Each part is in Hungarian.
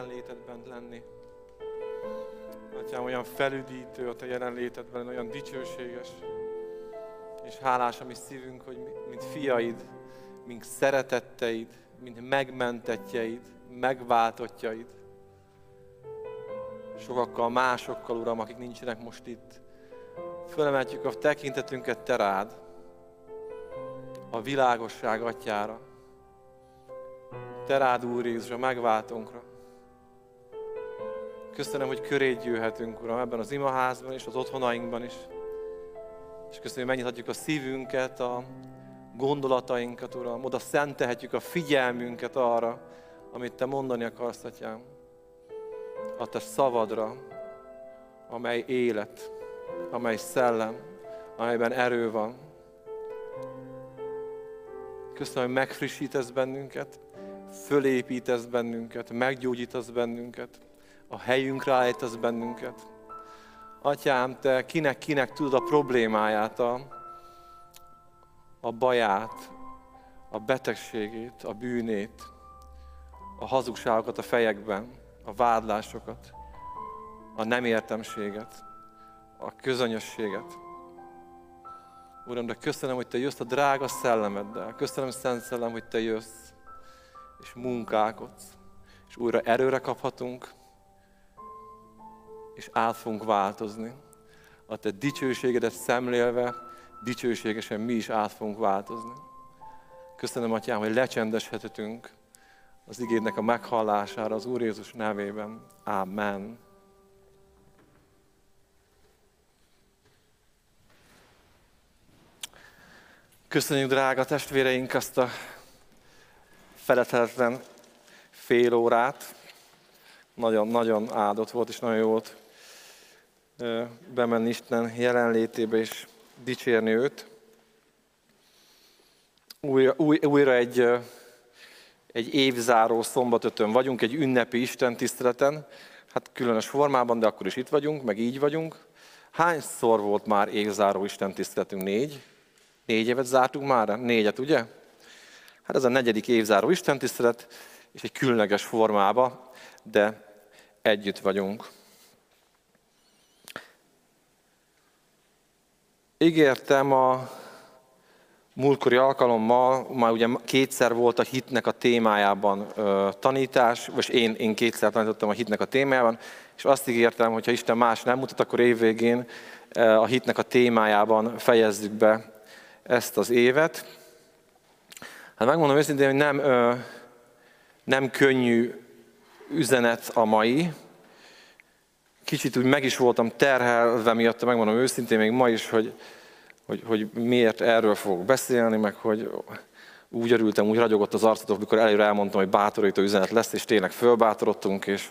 jelenlétedben lenni. Atyám, olyan felüdítő a te jelenlétedben, olyan dicsőséges és hálás a mi szívünk, hogy mint fiaid, mint szeretetteid, mint megmentettjeid, megváltottjaid. Sokakkal, másokkal, Uram, akik nincsenek most itt. Fölemeltjük a tekintetünket te rád, a világosság atyára. Te rád, Úr Jézus, a megváltónkra. Köszönöm, hogy köréd gyűlhetünk, Uram, ebben az imaházban és az otthonainkban is. És köszönöm, hogy megnyithatjuk a szívünket, a gondolatainkat, Uram. Oda szentelhetjük a figyelmünket arra, amit te mondani akarsz, Atyám. A te szavadra, amely élet, amely szellem, amelyben erő van. Köszönöm, hogy megfrissítesz bennünket, fölépítesz bennünket, meggyógyítasz bennünket, a helyünkre állítasz bennünket. Atyám, te kinek tudod a problémáját, a baját, a betegségét, a bűnét, a hazugságokat a fejekben, a vádlásokat, a nem értemséget, a közönyösséget. Uram, de köszönöm, hogy te jössz a drága szellemeddel. Köszönöm, Szent Szellem, hogy te jössz, és munkálkodsz, és újra erőre kaphatunk, és át fogunk változni. A te dicsőségedet szemlélve, dicsőségesen mi is át fogunk változni. Köszönöm, Atyám, hogy lecsendeshetünk az igédnek a meghallására az Úr Jézus nevében. Amen. Köszönjük, drága testvéreink, azt a feledhetetlen fél órát. Nagyon áldott volt, és nagyon jó volt bemenni Isten jelenlétébe, és dicsérni őt. Újra egy évzáró szombatötön vagyunk, egy ünnepi istentiszteleten. Hát különös formában, de akkor is itt vagyunk, meg így vagyunk. Hányszor volt már évzáró istentiszteletünk? 4? 4 évet zártunk már? 4-et, ugye? Hát ez a 4. évzáró istentisztelet, és egy különleges formában, de együtt vagyunk. Ígértem a múltkori alkalommal, már ugye 2-szer volt a hitnek a témájában tanítás, és én 2-szer tanítottam a hitnek a témájában, és azt ígértem, hogy ha Isten más nem mutat, akkor évvégén a hitnek a témájában fejezzük be ezt az évet. Hát megmondom őszintén, hogy nem könnyű üzenet a mai. Kicsit úgy meg is voltam terhelve miatt, megmondom őszintén, még ma is, hogy miért erről fogok beszélni, meg hogy úgy örültem, úgy ragyogott az arcotok, mikor előre elmondtam, hogy bátorító üzenet lesz, és tényleg fölbátorodtunk, és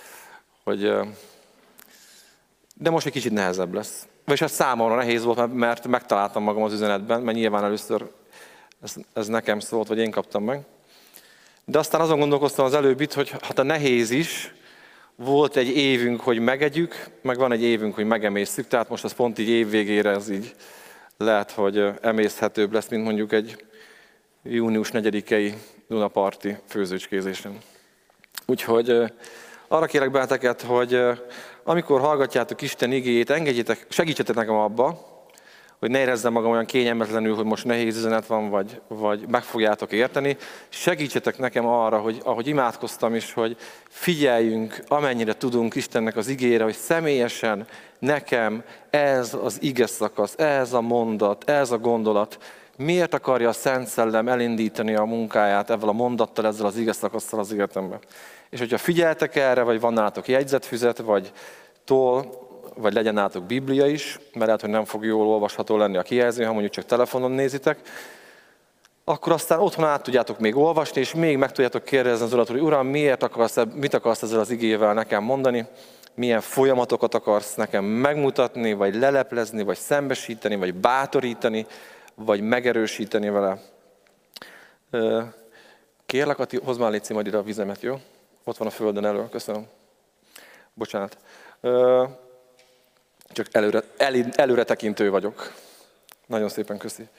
de most egy kicsit nehezebb lesz. Vagyis ez számomra nehéz volt, mert megtaláltam magam az üzenetben, mert nyilván először ez nekem szólt, vagy én kaptam meg. De aztán azon gondolkoztam az előbb itt, hogy hát a nehéz is, volt egy évünk, hogy megegyük, meg van egy évünk, hogy megemészszük, tehát most az pont így év végére ez így lehet, hogy emészhetőbb lesz, mint mondjuk egy június 4-i Dunaparti főzőcskézésen. Úgyhogy arra kérek benneteket, hogy amikor hallgatjátok Isten igéjét, segítsetek nekem abba, hogy ne érezzem magam olyan kényelmetlenül, hogy most nehéz üzenet van, vagy meg fogjátok érteni. Segítsetek nekem arra, hogy ahogy imádkoztam is, hogy figyeljünk, amennyire tudunk Istennek az igére, hogy személyesen nekem ez az ige szakasz, ez a mondat, ez a gondolat, miért akarja a Szent Szellem elindítani a munkáját ezzel a mondattal, ezzel az ige szakasszal az életemben. És hogyha figyeltek erre, vagy van nálatok jegyzetfüzet, vagy toll, vagy legyen nálatok Biblia is, mert lehet, hogy nem fog jól olvasható lenni a kijelző, ha mondjuk csak telefonon nézitek, akkor aztán otthon át tudjátok még olvasni, és még meg tudjátok kérdezni az Urat, hogy Uram, mit akarsz ezzel az igével nekem mondani, milyen folyamatokat akarsz nekem megmutatni, vagy leleplezni, vagy szembesíteni, vagy bátorítani, vagy megerősíteni vele. Kérlek, Ati, hozd már légy majd ide a vizemet, jó? Ott van a földön elől, köszönöm. Bocsánat. Csak előre tekintő vagyok. Nagyon szépen köszi.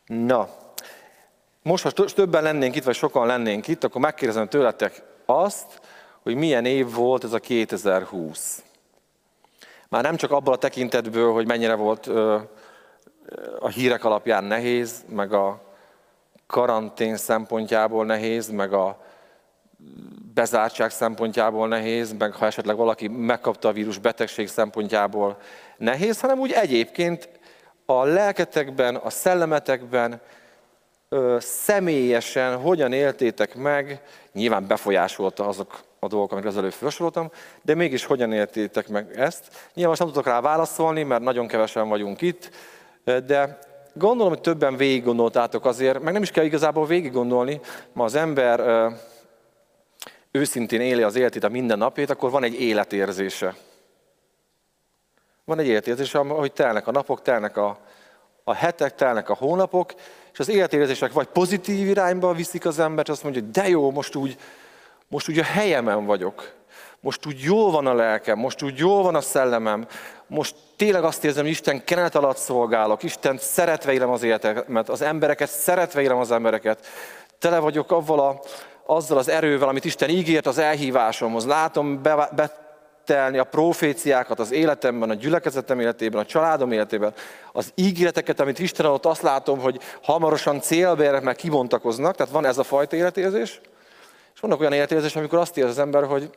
Na, most, ha többen lennénk itt, vagy sokan lennénk itt, akkor megkérdezem tőletek azt, hogy milyen év volt ez a 2020. Már nem csak abban a tekintetből, hogy mennyire volt a hírek alapján nehéz, meg a karantén szempontjából nehéz, meg a bezártság szempontjából nehéz, meg ha esetleg valaki megkapta a vírus betegség szempontjából nehéz, hanem úgy egyébként a lelketekben, a szellemetekben személyesen hogyan éltétek meg, nyilván befolyásolta azok a dolgok, amiket az előbb felsoroltam, de mégis hogyan éltétek meg ezt. Nyilván most nem tudok rá válaszolni, mert nagyon kevesen vagyunk itt, de gondolom, hogy többen végig gondoltátok azért, meg nem is kell igazából végig gondolni, ma az ember őszintén éli az életét, a mindennapját, akkor van egy életérzése. Van egy életérzése, ahogy telnek a napok, telnek a hetek, telnek a hónapok, és az életérzések vagy pozitív irányba viszik az embert, és azt mondja, hogy de jó, most úgy a helyemen vagyok. Most úgy jól van a lelkem, most úgy jól van a szellemem, most tényleg azt érzem, hogy Isten kenet alatt szolgálok, Isten szeretve élem az életemet, az embereket szeretve élem az embereket. Tele vagyok azzal az erővel, amit Isten ígért az elhívásomhoz. Látom betelni a proféciákat az életemben, a gyülekezetem életében, a családom életében. Az ígéreteket, amit Isten adott, azt látom, hogy hamarosan célba érnek, meg kibontakoznak. Tehát van ez a fajta életérzés. És vannak olyan életérzés, amikor azt érzi az ember, hogy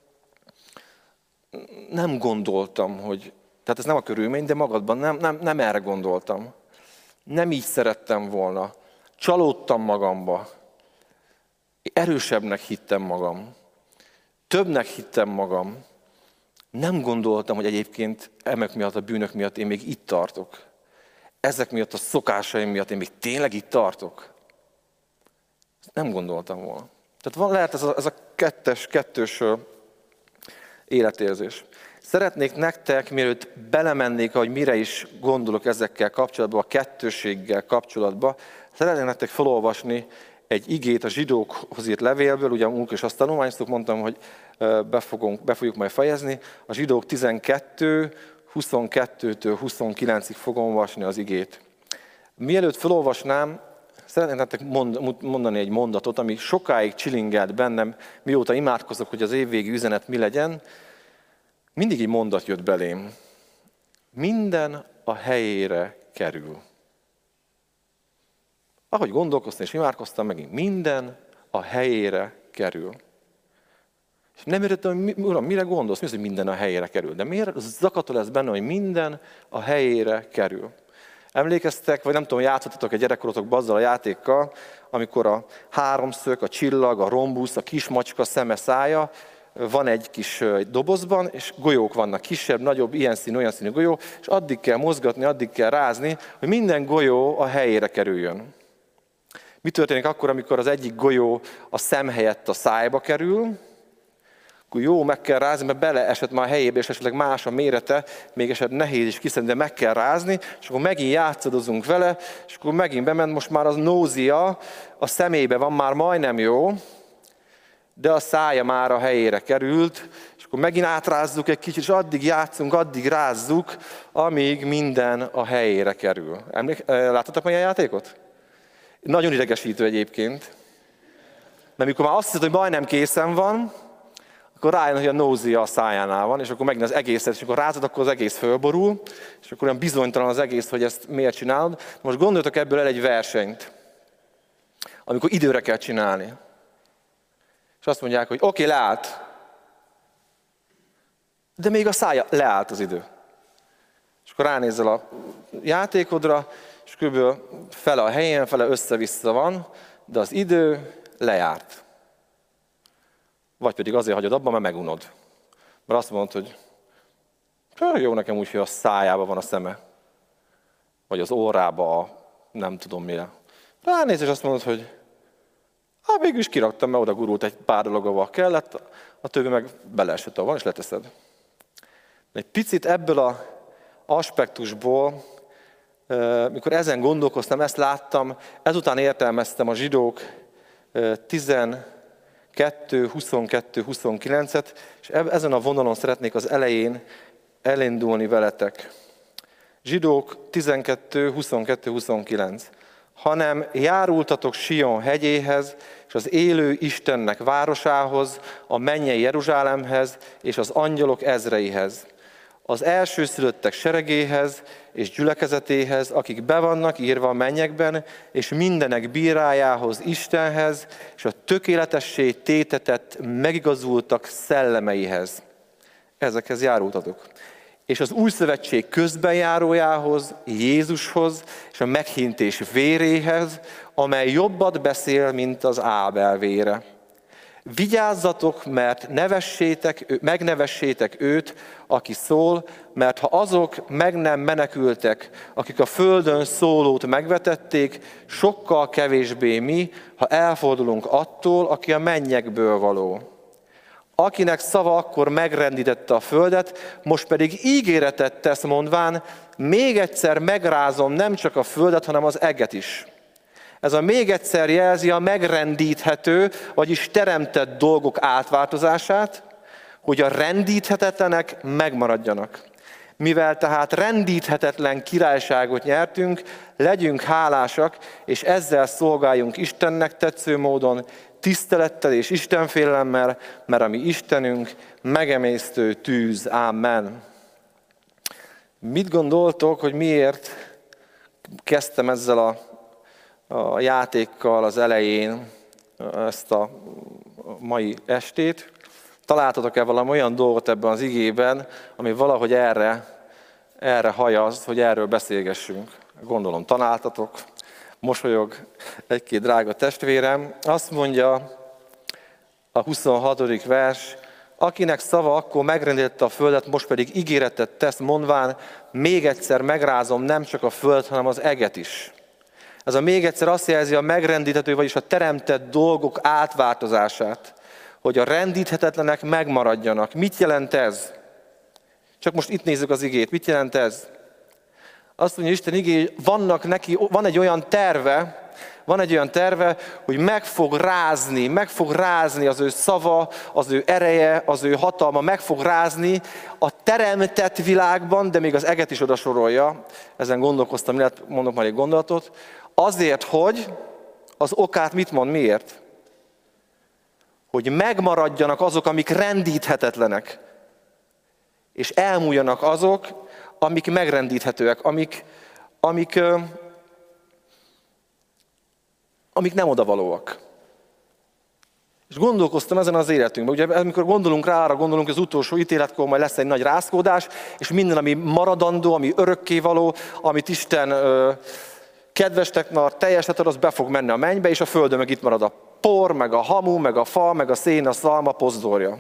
nem gondoltam, hogy... Tehát ez nem a körülmény, de magadban nem erre gondoltam. Nem így szerettem volna. Csalódtam magamba. Erősebbnek hittem magam. Többnek hittem magam. Nem gondoltam, hogy egyébként emek miatt, a bűnök miatt én még itt tartok. Ezek miatt, a szokásaim miatt én még tényleg itt tartok. Nem gondoltam volna. Tehát lehet ez a kettős életérzés. Szeretnék nektek, mielőtt belemennék, hogy mire is gondolok ezekkel kapcsolatban, a kettősséggel kapcsolatban, szeretnék nektek felolvasni egy igét a zsidókhoz írt levélből, ugye múltkor is azt tanulmányoztuk, mondtam, hogy be fogjuk majd fejezni. A zsidók 12, 22-től 29-ig fogom olvasni az igét. Mielőtt felolvasnám, szeretnék nektek mondani egy mondatot, ami sokáig csilingelt bennem, mióta imádkozok, hogy az évvégi üzenet mi legyen. Mindig egy mondat jött belém. Minden a helyére kerül. Ahogy gondolkoztam és imádkoztam, megint minden a helyére kerül. És nem értettem, hogy uram, mire gondolsz? Mi az, hogy minden a helyére kerül? De miért zakatol ez benne, hogy minden a helyére kerül? Emlékeztek, vagy nem tudom, játszottatok egy gyerekkorotokban azzal a játékkal, amikor a háromszög, a csillag, a rombusz, a kismacska szeme, szája van egy kis dobozban, és golyók vannak, kisebb, nagyobb, ilyen színű, olyan színű golyó, és addig kell mozgatni, addig kell rázni, hogy minden golyó a helyére kerüljön. Mi történik akkor, amikor az egyik golyó a szem helyett a szájba kerül? Akkor jó, meg kell rázni, mert beleesett már a helyébe, és esetleg más a mérete, még esetleg nehéz is kiszedni, de meg kell rázni, és akkor megint játszadozunk vele, és akkor megint bement, most már az nózia a szemébe van, már majdnem jó, de a szája már a helyére került, és akkor megint átrázzuk egy kicsit, és addig játszunk, addig rázzuk, amíg minden a helyére kerül. Láttatok már ilyen játékot? Nagyon idegesítő egyébként, mert mikor már azt hiszed, hogy majdnem készen van, akkor rájön, hogy a nózia a szájánál van, és akkor megint az egészet, és akkor rázod, akkor az egész fölborul, és akkor olyan bizonytalan az egész, hogy ezt miért csinálod. Most gondoljatok ebből el egy versenyt, amikor időre kell csinálni. És azt mondják, hogy oké, leállt. De még a szája leállt az idő. És akkor ránézel a játékodra, és kb. Fele a helyén, fele össze-vissza van, de az idő lejárt. Vagy pedig azért hagyod abban, mert megunod. Mert azt mondod, hogy jó nekem úgy, hogy a szájában van a szeme. Vagy az orrába, nem tudom mire. Ránéz, és azt mondod, hogy végül is kiraktam, mert oda gurult egy pár dolog, ahol kellett, a többi meg beleesett, ahol van, és leteszed. Egy picit ebből az aspektusból, mikor ezen gondolkoztam, ezt láttam, ezután értelmeztem a zsidók 12, 22, 29-et, és ezen a vonalon szeretnék az elején elindulni veletek. Zsidók 12, 22, 29. hanem járultatok Sion hegyéhez, és az élő Istennek városához, a mennyei Jeruzsálemhez, és az angyalok ezreihez, az elsőszülöttek seregéhez és gyülekezetéhez, akik be vannak írva a mennyekben, és mindenek bírájához, Istenhez, és a tökéletessé tétetett, megigazultak szellemeihez. Ezekhez járultatok. És az új szövetség közbenjárójához, Jézushoz, és a meghintés véréhez, amely jobbat beszél, mint az Ábel vére. Vigyázzatok, mert megnevessétek őt, aki szól, mert ha azok meg nem menekültek, akik a földön szólót megvetették, sokkal kevésbé mi, ha elfordulunk attól, aki a mennyekből való. Akinek szava akkor megrendítette a földet, most pedig ígéretet tesz mondván, még egyszer megrázom nem csak a földet, hanem az eget is. Ez a még egyszer jelzi a megrendíthető, vagyis teremtett dolgok átváltozását, hogy a rendíthetetlenek megmaradjanak. Mivel tehát rendíthetetlen királyságot nyertünk, legyünk hálásak, és ezzel szolgáljunk Istennek tetsző módon, tisztelettel és istenfélelemmel, mert a mi Istenünk megemésztő tűz. Amen. Mit gondoltok, hogy miért kezdtem ezzel a játékkal az elején ezt a mai estét? Találtatok-e valami olyan dolgot ebben az igében, ami valahogy erre hajaz, hogy erről beszélgessünk? Gondolom találtatok. Mosolyog egy-két drága testvérem. Azt mondja a 26. vers, akinek szava akkor megrendítette a földet, most pedig ígéretet tesz mondván, még egyszer megrázom nem csak a földet, hanem az eget is. Ez a még egyszer azt jelzi a megrendíthető, vagyis a teremtett dolgok átváltozását, hogy a rendíthetetlenek megmaradjanak. Mit jelent ez? Csak most itt nézzük az igét. Mit jelent ez? Azt mondja Isten igé, van egy olyan terve, hogy meg fog rázni az ő szava, az ő ereje, az ő hatalma, meg fog rázni a teremtett világban, de még az eget is oda sorolja. Ezen gondolkoztam, mondok majd egy gondolatot. Azért, hogy az okát mit mond, miért? Hogy megmaradjanak azok, amik rendíthetetlenek, és elmúljanak azok, amik megrendíthetőek, amik nem odavalóak. És gondolkoztam ezen az életünkben. Ugye amikor gondolunk rá, arra gondolunk, az utolsó ítéletkor majd lesz egy nagy rázkódás, és minden, ami maradandó, ami örökkévaló, amit Isten kedvesnek tart, teljesnek tart, az be fog menni a mennybe, és a földön meg itt marad a por, meg a hamu, meg a fa, meg a szén, a szalma, pozdorja.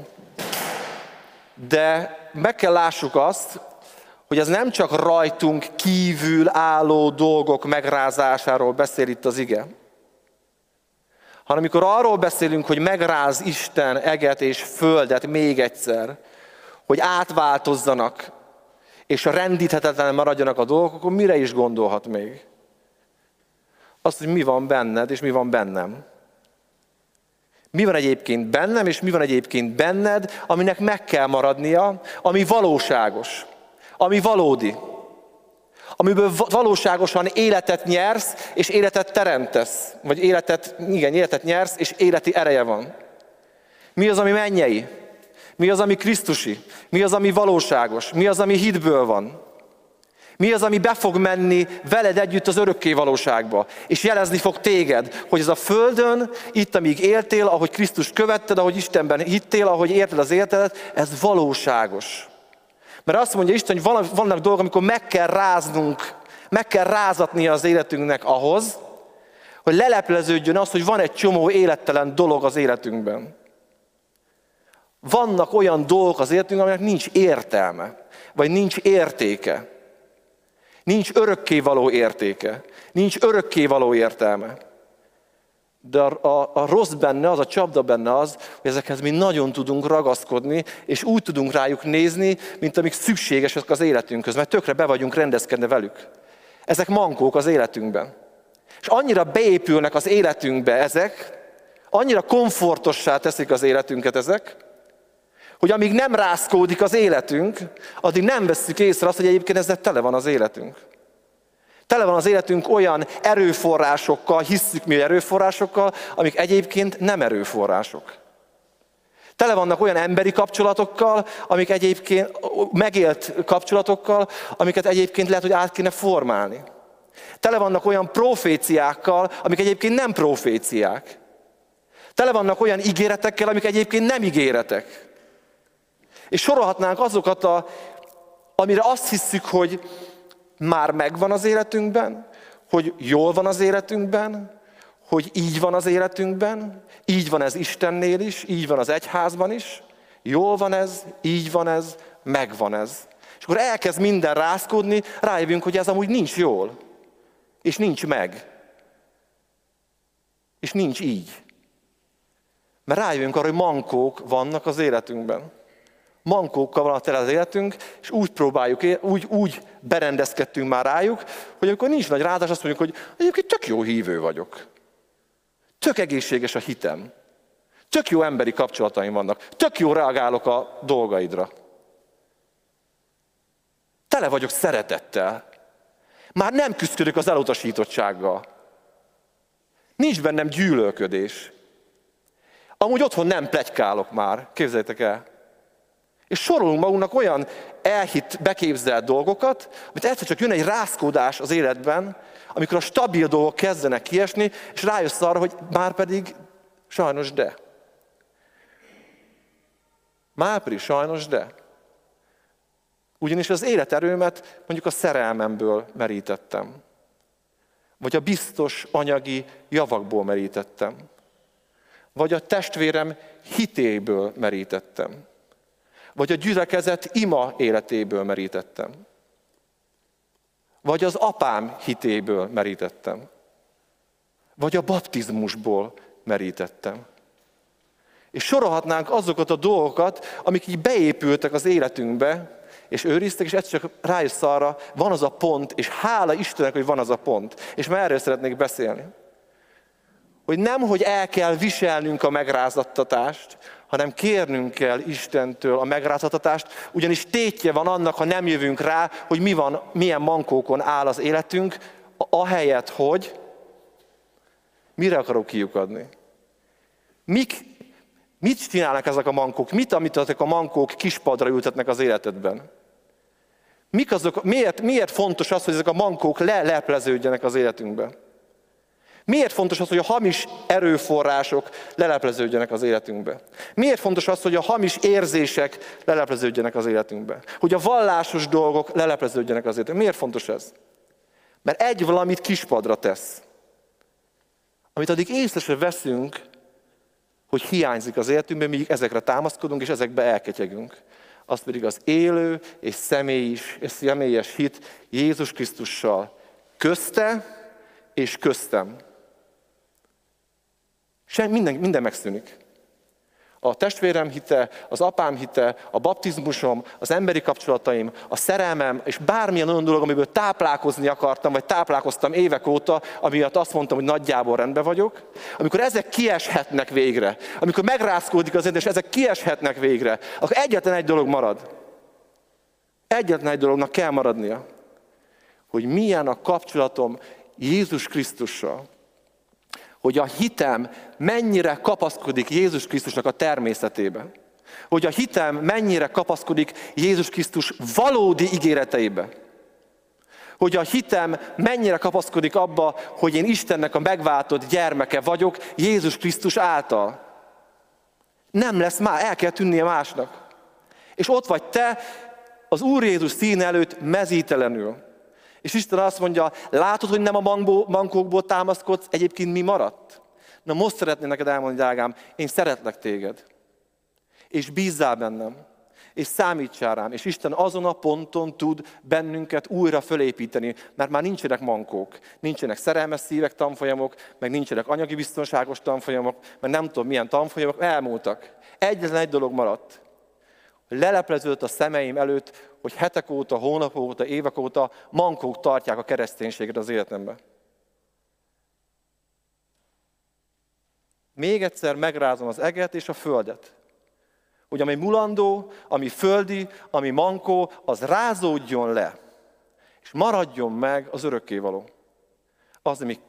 De meg kell lássuk azt, hogy ez nem csak rajtunk kívül álló dolgok megrázásáról beszél itt az ige, hanem amikor arról beszélünk, hogy megráz Isten eget és földet még egyszer, hogy átváltozzanak, és a rendíthetetlen maradjanak a dolgok, akkor mire is gondolhat még? Azt, hogy mi van benned, és mi van bennem. Mi van egyébként bennem, és mi van egyébként benned, aminek meg kell maradnia, ami valóságos, ami valódi, amiből valóságosan életet nyersz, és életet teremtesz, vagy életet nyersz, és életi ereje van. Mi az, ami mennyei? Mi az, ami krisztusi? Mi az, ami valóságos? Mi az, ami hitből van? Mi az, ami be fog menni veled együtt az örökké valóságba, és jelezni fog téged, hogy ez a földön, itt, amíg éltél, ahogy Krisztus követted, ahogy Istenben hittél, ahogy érted az életedet, ez valóságos. Mert azt mondja Isten, hogy vannak dolgok, amikor meg kell ráznunk, meg kell rázatnia az életünknek ahhoz, hogy lelepleződjön az, hogy van egy csomó élettelen dolog az életünkben. Vannak olyan dolgok az életünkben, aminek nincs értelme, vagy nincs értéke. Nincs örökkévaló értéke, nincs örökkévaló értelme. De a rossz benne az, a csapda benne az, hogy ezekhez mi nagyon tudunk ragaszkodni, és úgy tudunk rájuk nézni, mint amik szükségesek az életünkhöz, mert tökre be vagyunk rendezkedve velük. Ezek mankók az életünkben. És annyira beépülnek az életünkbe ezek, annyira komfortossá teszik az életünket ezek, hogy amíg nem rázkódik az életünk, addig nem vesszük észre azt, hogy egyébként ezzel tele van az életünk. Tele van az életünk olyan erőforrásokkal, hisszük mi erőforrásokkal, amik egyébként nem erőforrások. Tele vannak olyan emberi kapcsolatokkal, amik egyébként megélt kapcsolatokkal, amiket egyébként lehet, hogy át kéne formálni. Tele vannak olyan proféciákkal, amik egyébként nem proféciák. Tele vannak olyan ígéretekkel, amik egyébként nem ígéretek. És sorolhatnánk azokat, amire azt hiszük, hogy már megvan az életünkben, hogy jól van az életünkben, hogy így van az életünkben, így van ez Istennél is, így van az egyházban is, jól van ez, így van ez, megvan ez. És akkor elkezd minden rázkódni, rájövünk, hogy ez amúgy nincs jól, és nincs meg, és nincs így. Mert rájövünk arra, hogy mankók vannak az életünkben. Mankókkal van a tele az életünk, és úgy próbáljuk, úgy berendezkedtünk már rájuk, hogy amikor nincs nagy ráadás, azt mondjuk, hogy egyébként tök jó hívő vagyok. Tök egészséges a hitem. Tök jó emberi kapcsolataim vannak. Tök jó reagálok a dolgaidra. Tele vagyok szeretettel. Már nem küzdök az elutasítottsággal. Nincs bennem gyűlölködés. Amúgy otthon nem pletykálok már, képzeljétek el. És sorolunk magunknak olyan elhitt, beképzelt dolgokat, amit egyszer csak jön egy rázkódás az életben, amikor a stabil dolgok kezdenek kiesni, és rájössz arra, hogy már pedig sajnos de. Már pedig sajnos de. Ugyanis az életerőmet mondjuk a szerelmemből merítettem. Vagy a biztos anyagi javakból merítettem. Vagy a testvérem hitéből merítettem. Vagy a gyülekezet ima életéből merítettem. Vagy az apám hitéből merítettem. Vagy a baptizmusból merítettem. És sorolhatnánk azokat a dolgokat, amik így beépültek az életünkbe, és őriztek, és egyszer csak rájössz arra, van az a pont, és hála Istennek, hogy van az a pont. És már erről szeretnék beszélni. Hogy nem, hogy el kell viselnünk a megrázattatást, hanem kérnünk kell Istentől a megrázattatást, ugyanis tétje van annak, ha nem jövünk rá, hogy milyen mankókon áll az életünk, ahelyett, hogy mire akarok kiukadni. Mit csinálnak ezek a mankók? Amit ezek a mankók kispadra ültetnek az életedben? Miért fontos az, hogy ezek a mankók lelepleződjenek az életünkben? Miért fontos az, hogy a hamis erőforrások lelepleződjenek az életünkbe? Miért fontos az, hogy a hamis érzések lelepleződjenek az életünkbe? Hogy a vallásos dolgok lelepleződjenek az életünkbe? Miért fontos ez? Mert egy valamit kispadra tesz. Amit addig észre se veszünk, hogy hiányzik az életünkben, míg ezekre támaszkodunk, és ezekbe elketyegünk. Az pedig az élő és személyes hit Jézus Krisztussal közte és köztem. Minden megszűnik. A testvérem hite, az apám hite, a baptizmusom, az emberi kapcsolataim, a szerelmem, és bármilyen olyan dolog, amiből táplálkozni akartam, vagy táplálkoztam évek óta, amiatt azt mondtam, hogy nagyjából rendben vagyok, amikor ezek kieshetnek végre, amikor megrázkódik az élet, és ezek kieshetnek végre, akkor egyetlen egy dolog marad. Egyetlen egy dolognak kell maradnia, hogy milyen a kapcsolatom Jézus Krisztussal. Hogy a hitem mennyire kapaszkodik Jézus Krisztusnak a természetébe. Hogy a hitem mennyire kapaszkodik Jézus Krisztus valódi ígéreteibe. Hogy a hitem mennyire kapaszkodik abba, hogy én Istennek a megváltott gyermeke vagyok Jézus Krisztus által. Nem lesz már, el kell tűnnie másnak. És ott vagy te az Úr Jézus színe előtt mezítelenül. És Isten azt mondja, látod, hogy nem a mankókból támaszkodsz, egyébként mi maradt? Na most szeretném neked elmondani, drágám, én szeretlek téged. És bízzál bennem, és számítsál rám, és Isten azon a ponton tud bennünket újra fölépíteni, mert már nincsenek mankók, nincsenek szerelmes szívek tanfolyamok, meg nincsenek anyagi biztonságos tanfolyamok, meg nem tudom milyen tanfolyamok, elmúltak. Egyetlen egy dolog maradt. Lelepleződött a szemeim előtt, hogy hetek óta, hónapok óta, évek óta mankók tartják a kereszténységet az életemben. Még egyszer megrázom az eget és a földet. Hogy ami mulandó, ami földi, ami mankó, az rázódjon le. És maradjon meg az örökkévaló. Az, ami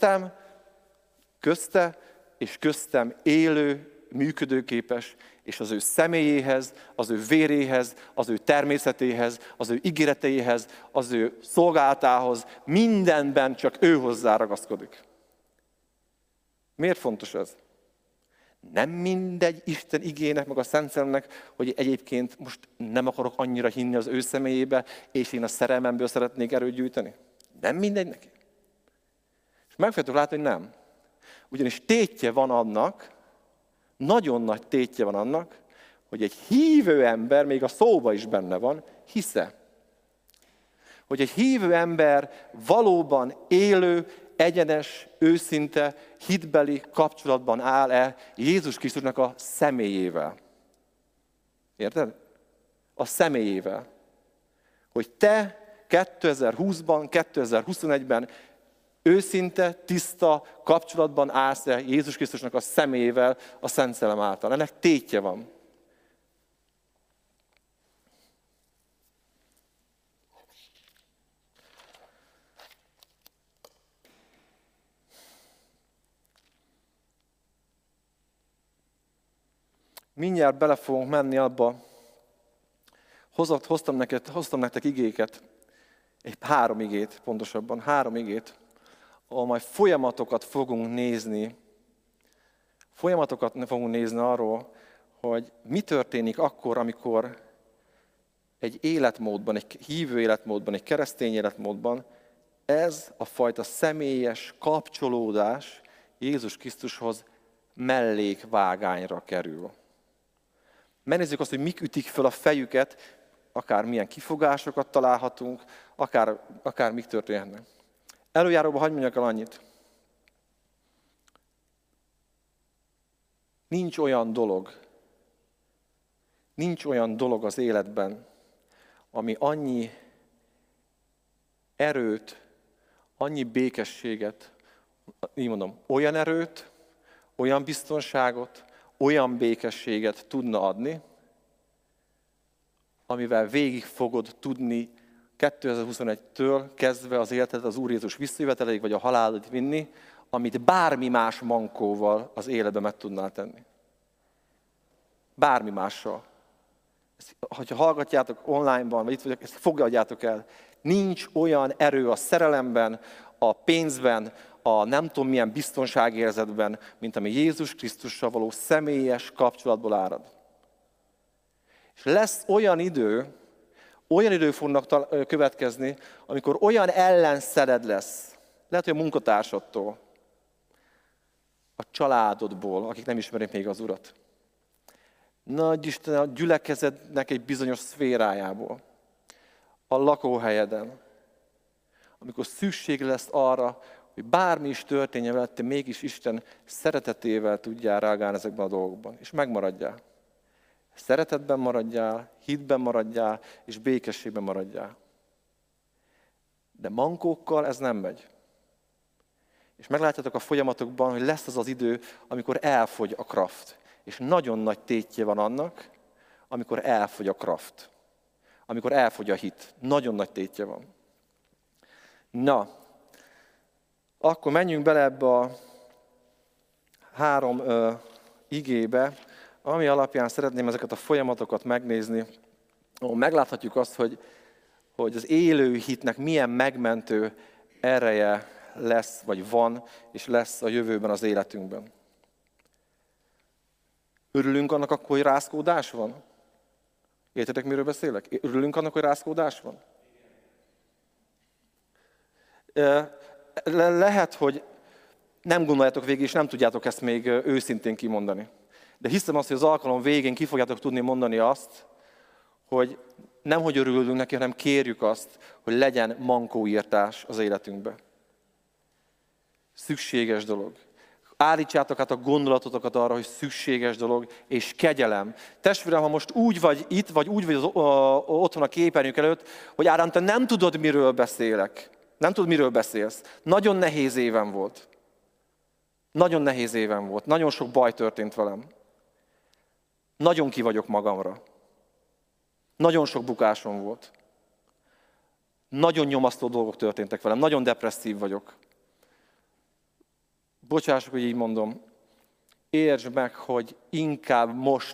közte és köztem élő, működőképes, és az ő személyéhez, az ő véréhez, az ő természetéhez, az ő ígéreteihez, az ő szolgálatához, mindenben csak ő hozzá ragaszkodik. Miért fontos ez? Nem mindegy Isten igének, meg a Szent Szellemnek, hogy egyébként most nem akarok annyira hinni az ő személyébe, és én a szerelmemből szeretnék erőt gyűjteni. Nem mindegy neki. És meg fogjátok látni, hogy nem. Ugyanis tétje van annak, nagyon nagy tétje van annak, hogy egy hívő ember, még a szóba is benne van, hisze. Hogy egy hívő ember valóban élő, egyenes, őszinte, hitbeli kapcsolatban áll-e Jézus Krisztusnak a személyével. Érted? A személyével. Hogy te 2020-ban, 2021-ben őszinte, tiszta kapcsolatban állsz-e Jézus Krisztusnak a személyével, a Szent Szellem által. Ennek tétje van. Mindjárt bele fogunk menni abba. Hoztam nektek igéket, 3 igét pontosabban, 3 igét, ahol majd folyamatokat fogunk nézni arról, hogy mi történik akkor, amikor egy életmódban, egy hívő életmódban, egy keresztény életmódban ez a fajta személyes kapcsolódás Jézus Krisztushoz mellékvágányra kerül. Megnézzük azt, hogy mik ütik fel a fejüket, akár milyen kifogásokat találhatunk, akár mik történhetnek. Előjáróban hadd mondjak el annyit. Nincs olyan dolog az életben, ami annyi erőt, annyi békességet, így mondom, olyan erőt, olyan biztonságot, olyan békességet tudna adni, amivel végig fogod tudni 2021-től kezdve az életedet az Úr Jézus visszajöveteleig, vagy a halálodig vinni, amit bármi más mankóval az életbe meg tudnál tenni. Bármi mással. Ha hallgatjátok online-ban, vagy itt vagyok, ezt fogadjátok el. Nincs olyan erő a szerelemben, a pénzben, a nem tudom milyen biztonságérzetben, mint ami Jézus Krisztussal való személyes kapcsolatból árad. És lesz olyan idő fognak következni, amikor olyan ellenszered lesz, lehet, hogy a munkatársadtól, a családodból, akik nem ismerik még az Urat. Nagy Isten, a gyülekezetnek egy bizonyos szférájából, a lakóhelyeden, amikor szükség lesz arra, hogy bármi is történjen veled, te mégis Isten szeretetével tudjál reagálni ezekben a dolgokban, és megmaradjál. Szeretetben maradjál, hitben maradjál, és békességben maradjál. De mankókkal ez nem megy. És meglátjátok a folyamatokban, hogy lesz az az idő, amikor elfogy a kraft. És nagyon nagy tétje van annak, amikor elfogy a kraft. Amikor elfogy a hit. Nagyon nagy tétje van. Na, akkor menjünk bele ebbe a 3 igébe, ami alapján szeretném ezeket a folyamatokat megnézni, ahol megláthatjuk azt, hogy az élő hitnek milyen megmentő ereje lesz, vagy van, és lesz a jövőben az életünkben. Örülünk annak akkor, hogy rázkódás van? Értitek, miről beszélek? Örülünk annak, hogy rázkódás van? Lehet, hogy nem gondoljátok végig, és nem tudjátok ezt még őszintén kimondani. De hiszem azt, hogy az alkalom végén ki fogjátok tudni mondani azt, hogy nem hogy örülünk neki, hanem kérjük azt, hogy legyen mankóírtás az életünkbe. Szükséges dolog. Állítsátok át a gondolatotokat arra, hogy szükséges dolog, és kegyelem. Testvérem, ha most úgy vagy itt, vagy úgy vagy otthon a képernyők előtt, hogy Ádám, te nem tudod, miről beszélek. Nem tudod, miről beszélsz. Nagyon nehéz évem volt. Nagyon nehéz évem volt. Nagyon sok baj történt velem. Nagyon ki vagyok magamra. Nagyon sok bukásom volt. Nagyon nyomasztó dolgok történtek velem, nagyon depresszív vagyok. Bocsássuk, hogy így mondom. Értsd meg, hogy inkább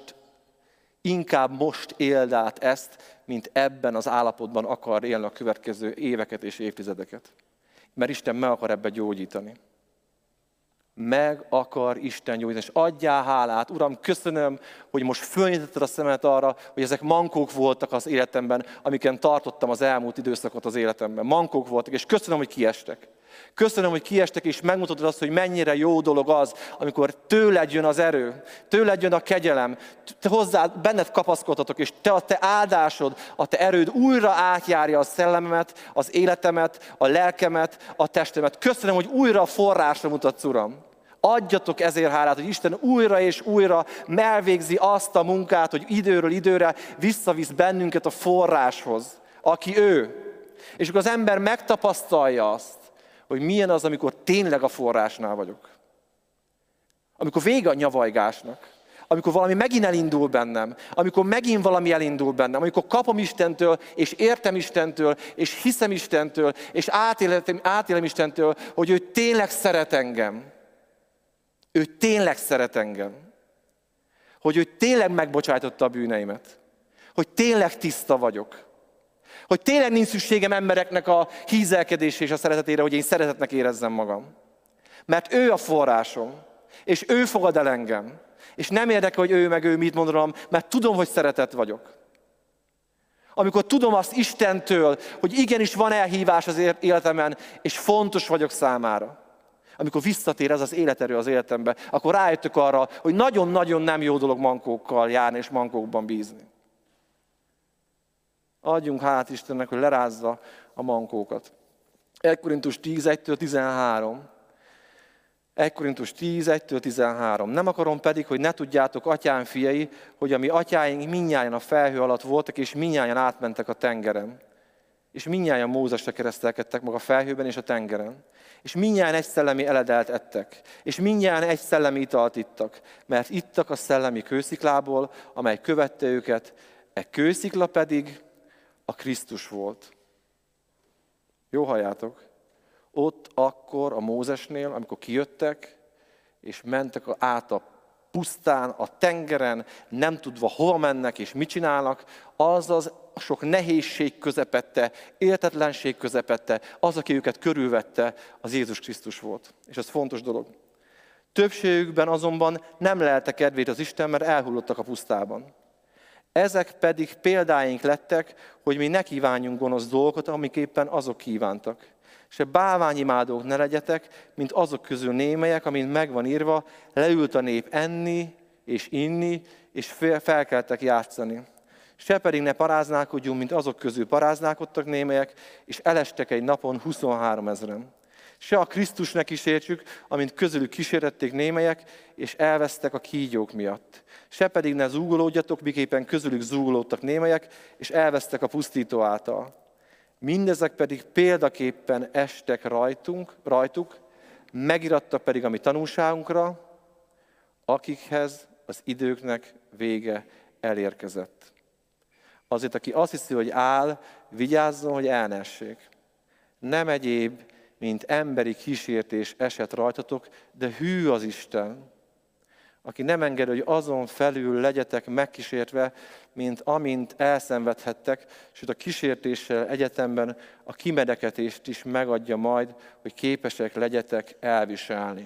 most éld át ezt, mint ebben az állapotban akar élni a következő éveket és évtizedeket. Mert Isten meg akar ebbe gyógyítani. Meg akar Isten gyógyítani. És adjál hálát, Uram, köszönöm, hogy most fölnyitottad a szemet arra, hogy ezek mankók voltak az életemben, amiken tartottam az elmúlt időszakot az életemben. Mankók voltak, és köszönöm, hogy kiestek. Köszönöm, hogy kiestek, és megmutatod azt, hogy mennyire jó dolog az, amikor tőled jön az erő, tőled jön a kegyelem, te hozzád, benned kapaszkodhatok, és a te áldásod, a te erőd újra átjárja a szellememet, az életemet, a lelkemet, a testemet. Köszönöm, hogy újra a forrásra mutatsz, Uram. Adjatok ezért hálát, hogy Isten újra és újra elvégzi azt a munkát, hogy időről időre visszavisz bennünket a forráshoz, aki ő. És akkor az ember megtapasztalja azt, hogy milyen az, amikor tényleg a forrásnál vagyok. Amikor vége a nyavajgásnak. Amikor valami megint elindul bennem. Amikor megint valami elindul bennem. Amikor kapom Istentől, és értem Istentől, és hiszem Istentől, és átélem Istentől, hogy ő tényleg szeret engem. Ő tényleg szeret engem. Hogy ő tényleg megbocsájtotta a bűneimet. Hogy tényleg tiszta vagyok. Hogy tényleg nincs szükségem embereknek a hízelkedésére és a szeretetére, hogy én szeretetnek érezzem magam. Mert ő a forrásom, és ő fogad el engem. És nem érdekel, hogy ő meg ő mit mond rólam, mert tudom, hogy szeretett vagyok. Amikor tudom azt Istentől, hogy igenis van elhívás az életemben, és fontos vagyok számára. Amikor visszatér ez az életerő az életembe, akkor rájöttök arra, hogy nagyon-nagyon nem jó dolog mankókkal járni és mankókban bízni. Adjunk hálát Istennek, hogy lerázza a mankókat. 1 Korintus 10, 1-13. 1 Korintus 10, 1-13. Nem akarom pedig, hogy ne tudjátok, atyám fiai, hogy a mi atyáink mindnyájan a felhő alatt voltak, és mindnyájan átmentek a tengeren. És mindnyájan Mózesre keresztelkedtek meg a felhőben és a tengeren. És mindnyájan egy szellemi eledelt ettek. És mindnyájan egy szellemi italt ittak. Mert ittak a szellemi kősziklából, amely követte őket. E kőszikla pedig a Krisztus volt. Jó halljátok? Ott akkor a Mózesnél, amikor kijöttek, és mentek át a pusztán, a tengeren, nem tudva hova mennek és mit csinálnak, az sok nehézség közepette, értetlenség közepette, az, aki őket körülvette, az Jézus Krisztus volt. És ez fontos dolog. Többségükben azonban nem leltek kedvét az Isten, mert elhullottak a pusztában. Ezek pedig példáink lettek, hogy mi ne kívánjunk gonosz dolgokat, amiképpen azok kívántak. Se bálványimádók ne legyetek, mint azok közül némelyek, amint megvan írva, leült a nép enni és inni, és felkeltek játszani. Se pedig ne paráználkodjunk, mint azok közül paráználkodtak némelyek, és elestek egy napon 23 000-en. Se a Krisztus ne kísértsük, amint közülük kísérették némelyek, és elvesztek a kígyók miatt. Se pedig ne zúgolódjatok, miképpen közülük zúgolódtak némelyek, és elvesztek a pusztító által. Mindezek pedig példaképpen estek rajtuk, megirattak pedig a mi tanúságunkra, akikhez az időknek vége elérkezett. Azért, aki azt hiszi, hogy áll, vigyázzon, hogy el ne essék. Nem egyéb, mint emberi kísértés esett rajtatok, de hű az Isten, aki nem enged, hogy azon felül legyetek megkísértve, mint amint elszenvedhettek, sőt a kísértéssel egyetemben a kimedeketést is megadja majd, hogy képesek legyetek elviselni.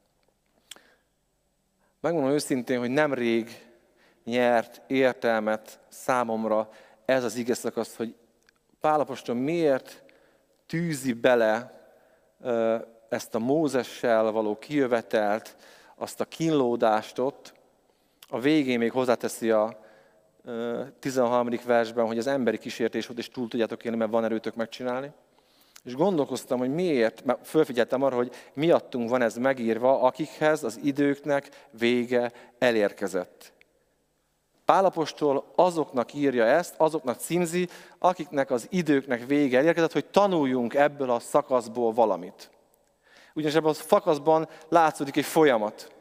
Megmondom őszintén, hogy nemrég nyert értelmet számomra ez az ige szakasz, hogy Pál apostol miért tűzi bele ezt a Mózessel való kijövetelt, azt a kínlódást ott, a végén még hozzáteszi a 13. versben, hogy az emberi kísértés volt, és túl tudjátok élni, mert van erőtök megcsinálni. És gondolkoztam, hogy miért, mert fölfigyeltem arra, hogy miattunk van ez megírva, akikhez az időknek vége elérkezett. Pál apostol azoknak írja ezt, azoknak címzi, akiknek az időknek vége elérkezett, hogy tanuljunk ebből a szakaszból valamit. Ugyanis ebben a szakaszban látszódik egy folyamat.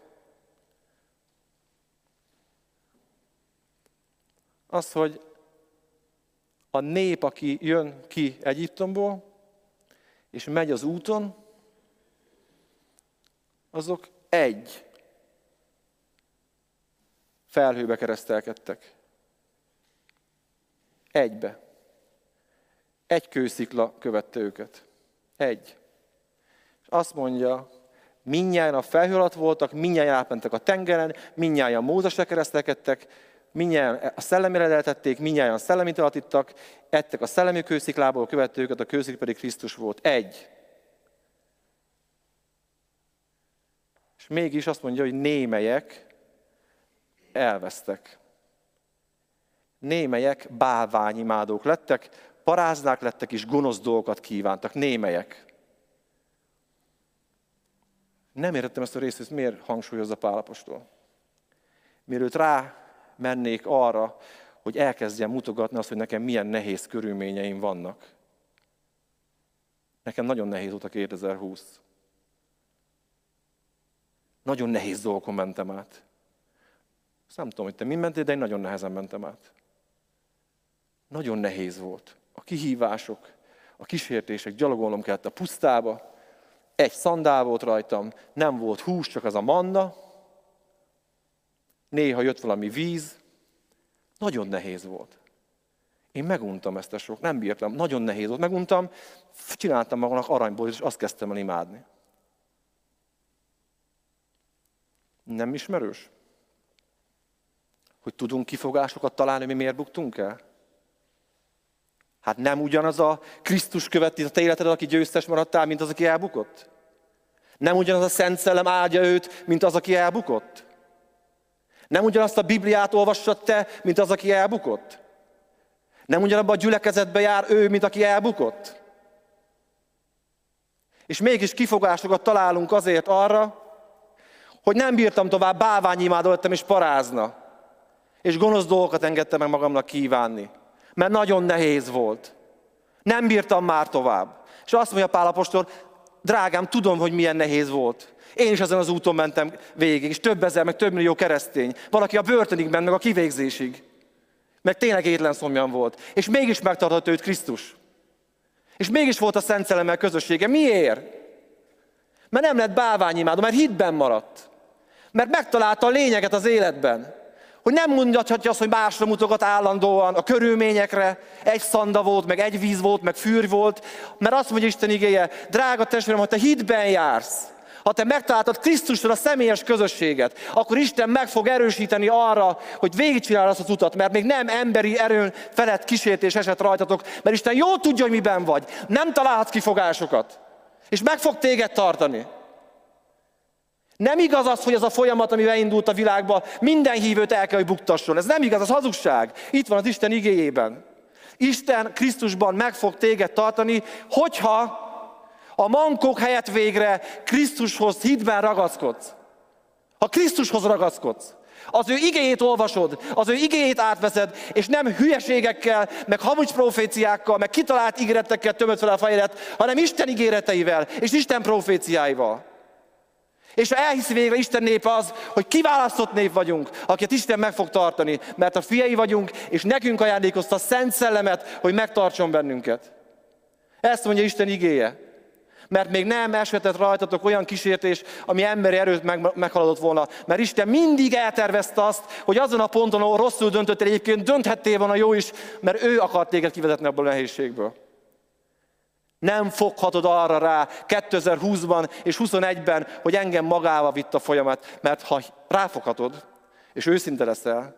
Az, hogy A nép, aki jön ki Egyiptomból, és megy az úton, azok egy felhőbe keresztelkedtek. Egybe. Egy kőszikla követte őket. Egy. És azt mondja, mindnyájan a felhő alatt voltak, mindnyájan átmentek a tengeren, mindnyájan Mózesre keresztelkedtek, mindnyájan a szellemére leltették, mindnyájan szellemit alatt ittak, ettek a szellemi kősziklából, követte őket, a kőszikla pedig Krisztus volt. Egy. És mégis azt mondja, hogy némelyek elvesztek. Némelyek bálványimádók lettek, paráznák lettek és gonosz dolgokat kívántak. Némelyek. Nem értettem ezt a részt, hogy miért hangsúlyozza Pál apostol. Mielőtt rámennék arra, hogy elkezdjem mutogatni azt, hogy nekem milyen nehéz körülményeim vannak. Nekem nagyon nehéz volt a 2020. Nagyon nehéz dolgokon mentem át. Azt nem tudom, hogy te mind mentél, de én nagyon nehezen mentem át. Nagyon nehéz volt. A kihívások, a kísértések, gyalogolnom kellett a pusztába. Egy szandál volt rajtam, nem volt hús, csak az a manna. Néha jött valami víz. Nagyon nehéz volt. Én meguntam ezt a sok, nem bírtam, nagyon nehéz volt. Meguntam, csináltam magamnak aranyból, és azt kezdtem el imádni. Nem ismerős? Hogy tudunk kifogásokat találni, mi miért buktunk el? Hát nem ugyanaz a Krisztus követi a te életed, aki győztes maradtál, mint az, aki elbukott? Nem ugyanaz a Szent Szellem áldja őt, mint az, aki elbukott? Nem ugyanazt a Bibliát olvassad te, mint az, aki elbukott? Nem ugyanabban a gyülekezetbe jár ő, mint aki elbukott? És mégis kifogásokat találunk azért arra, hogy nem bírtam tovább, bálványimádó lettem és parázna. És gonosz dolgokat engedtem meg magamnak kívánni. Mert nagyon nehéz volt. Nem bírtam már tovább. És azt mondja Pál apostol, drágám, tudom, hogy milyen nehéz volt. Én is ezen az úton mentem végig, és több ezer, meg több millió keresztény. Valaki a börtönig ment, meg a kivégzésig. Meg tényleg étlen szomjan volt. És mégis megtartott őt Krisztus. És mégis volt a Szent Szellemmel közössége. Miért? Mert nem lett bálványimádó, mert hitben maradt. Mert megtalálta a lényeget az életben. Hogy nem mondhatja azt, hogy másra mutogat állandóan, a körülményekre, egy szanda volt, meg egy víz volt, meg fűr volt, mert azt mondja Isten igéje, drága testvérem, ha te hitben jársz, ha te megtaláltad Krisztusról a személyes közösséget, akkor Isten meg fog erősíteni arra, hogy végigcsinálod azt az utat, mert még nem emberi erőn felett kísértés esett rajtatok, mert Isten jól tudja, hogy miben vagy. Nem találhatsz kifogásokat, és meg fog téged tartani. Nem igaz az, hogy ez a folyamat, ami beindult a világba, minden hívőt el kell, hogy buktasson. Ez nem igaz, az hazugság. Itt van az Isten igéjében. Isten Krisztusban meg fog téged tartani, hogyha a mankók helyett végre Krisztushoz hitben ragaszkodsz. Ha Krisztushoz ragaszkodsz, az ő igéjét olvasod, az ő igéjét átveszed, és nem hülyeségekkel, meg hamucs proféciákkal, meg kitalált ígéretekkel tömöd fel a fejedet, hanem Isten ígéreteivel és Isten proféciáival. És ha elhiszi végre Isten népe az, hogy kiválasztott nép vagyunk, akiket Isten meg fog tartani, mert a fiai vagyunk, és nekünk ajándékozta a Szent Szellemet, hogy megtartson bennünket. Ezt mondja Isten igéje. Mert még nem eshetett rajtatok olyan kísértés, ami emberi erőt meghaladott volna. Mert Isten mindig eltervezte azt, hogy azon a ponton, ahol rosszul döntöttél, egyébként dönthettél volna jó is, mert ő akart téged kivezetni abból a nehézségből. Nem foghatod arra rá 2020-ban és 2021-ben, hogy engem magával vitt a folyamat, mert ha ráfoghatod, és őszinte leszel,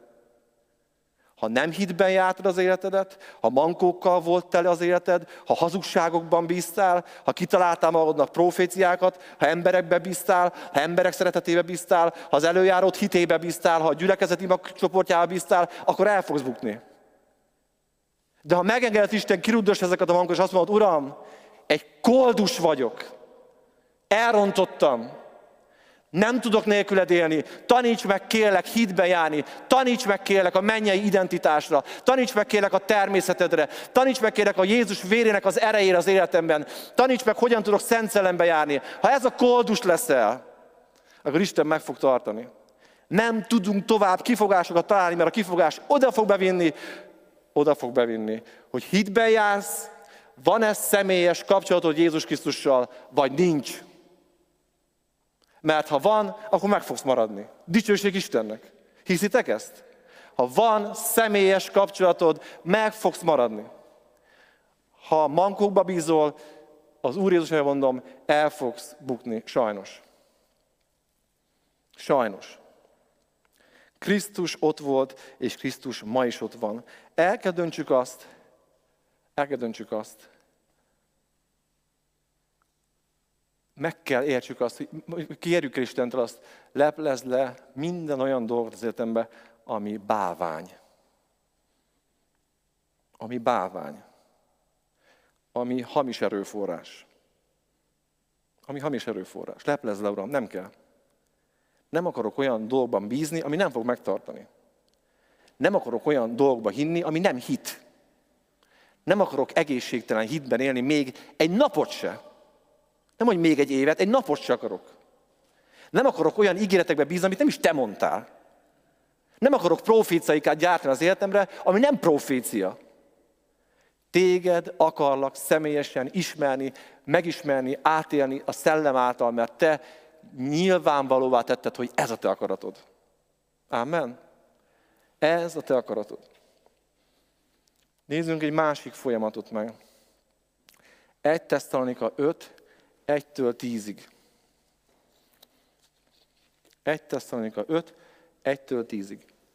ha nem hitben jártad az életedet, ha mankókkal volt tele az életed, ha hazugságokban bíztál, ha kitaláltál magadnak proféciákat, ha emberekbe bíztál, ha emberek szeretetébe bíztál, ha az előjárót hitébe bíztál, ha a gyülekezeti csoportjába bíztál, akkor el fogsz bukni. De ha megengedett Isten kiruddos ezeket a mankókat, és azt mondod, Uram, egy koldus vagyok, elrontottam, nem tudok nélküled élni, taníts meg kérlek hitbe járni, taníts meg kérlek a mennyei identitásra, taníts meg kérlek a természetedre, taníts meg kérlek a Jézus vérének az erejére az életemben, taníts meg, hogyan tudok Szent Szellembe járni. Ha ez a koldus leszel, akkor Isten meg fog tartani. Nem tudunk tovább kifogásokat találni, mert a kifogás oda fog bevinni, oda fog bevinni, hogy hitben jársz, van-e személyes kapcsolatod Jézus Krisztussal, vagy nincs. Mert ha van, akkor meg fogsz maradni. Dicsőség Istennek. Hiszitek ezt? Ha van személyes kapcsolatod, meg fogsz maradni. Ha mankókba bízol, az Úr Jézusra mondom, el fogsz bukni, sajnos. Sajnos. Krisztus ott volt, és Krisztus ma is ott van. El kell döntsük azt, meg kell értsük azt, hogy kérjük el Istentől azt, leplezd le minden olyan dolgot az életembe, ami bálvány. Ami bálvány. Ami hamis erőforrás. Ami hamis erőforrás. Leplezd le, Uram, nem kell. Nem akarok olyan dolgokban bízni, ami nem fog megtartani. Nem akarok olyan dolgokba hinni, ami nem hit. Nem akarok egészségtelen hitben élni még egy napot se. Nem, hogy még egy évet, egy napot se akarok. Nem akarok olyan ígéretekbe bízni, amit nem is te mondtál. Nem akarok proféciáikat gyártani az életemre, ami nem profécia. Téged akarlak személyesen ismerni, megismerni, átélni a szellem által, mert te nyilvánvalóvá tetted, hogy ez a te akaratod. Ámen? Ez a te akaratod. Nézzünk egy másik folyamatot meg. 1 Tesszalonika 5, 1-től 10-ig. 1 Tesszalonika 5, 1-től 10-ig.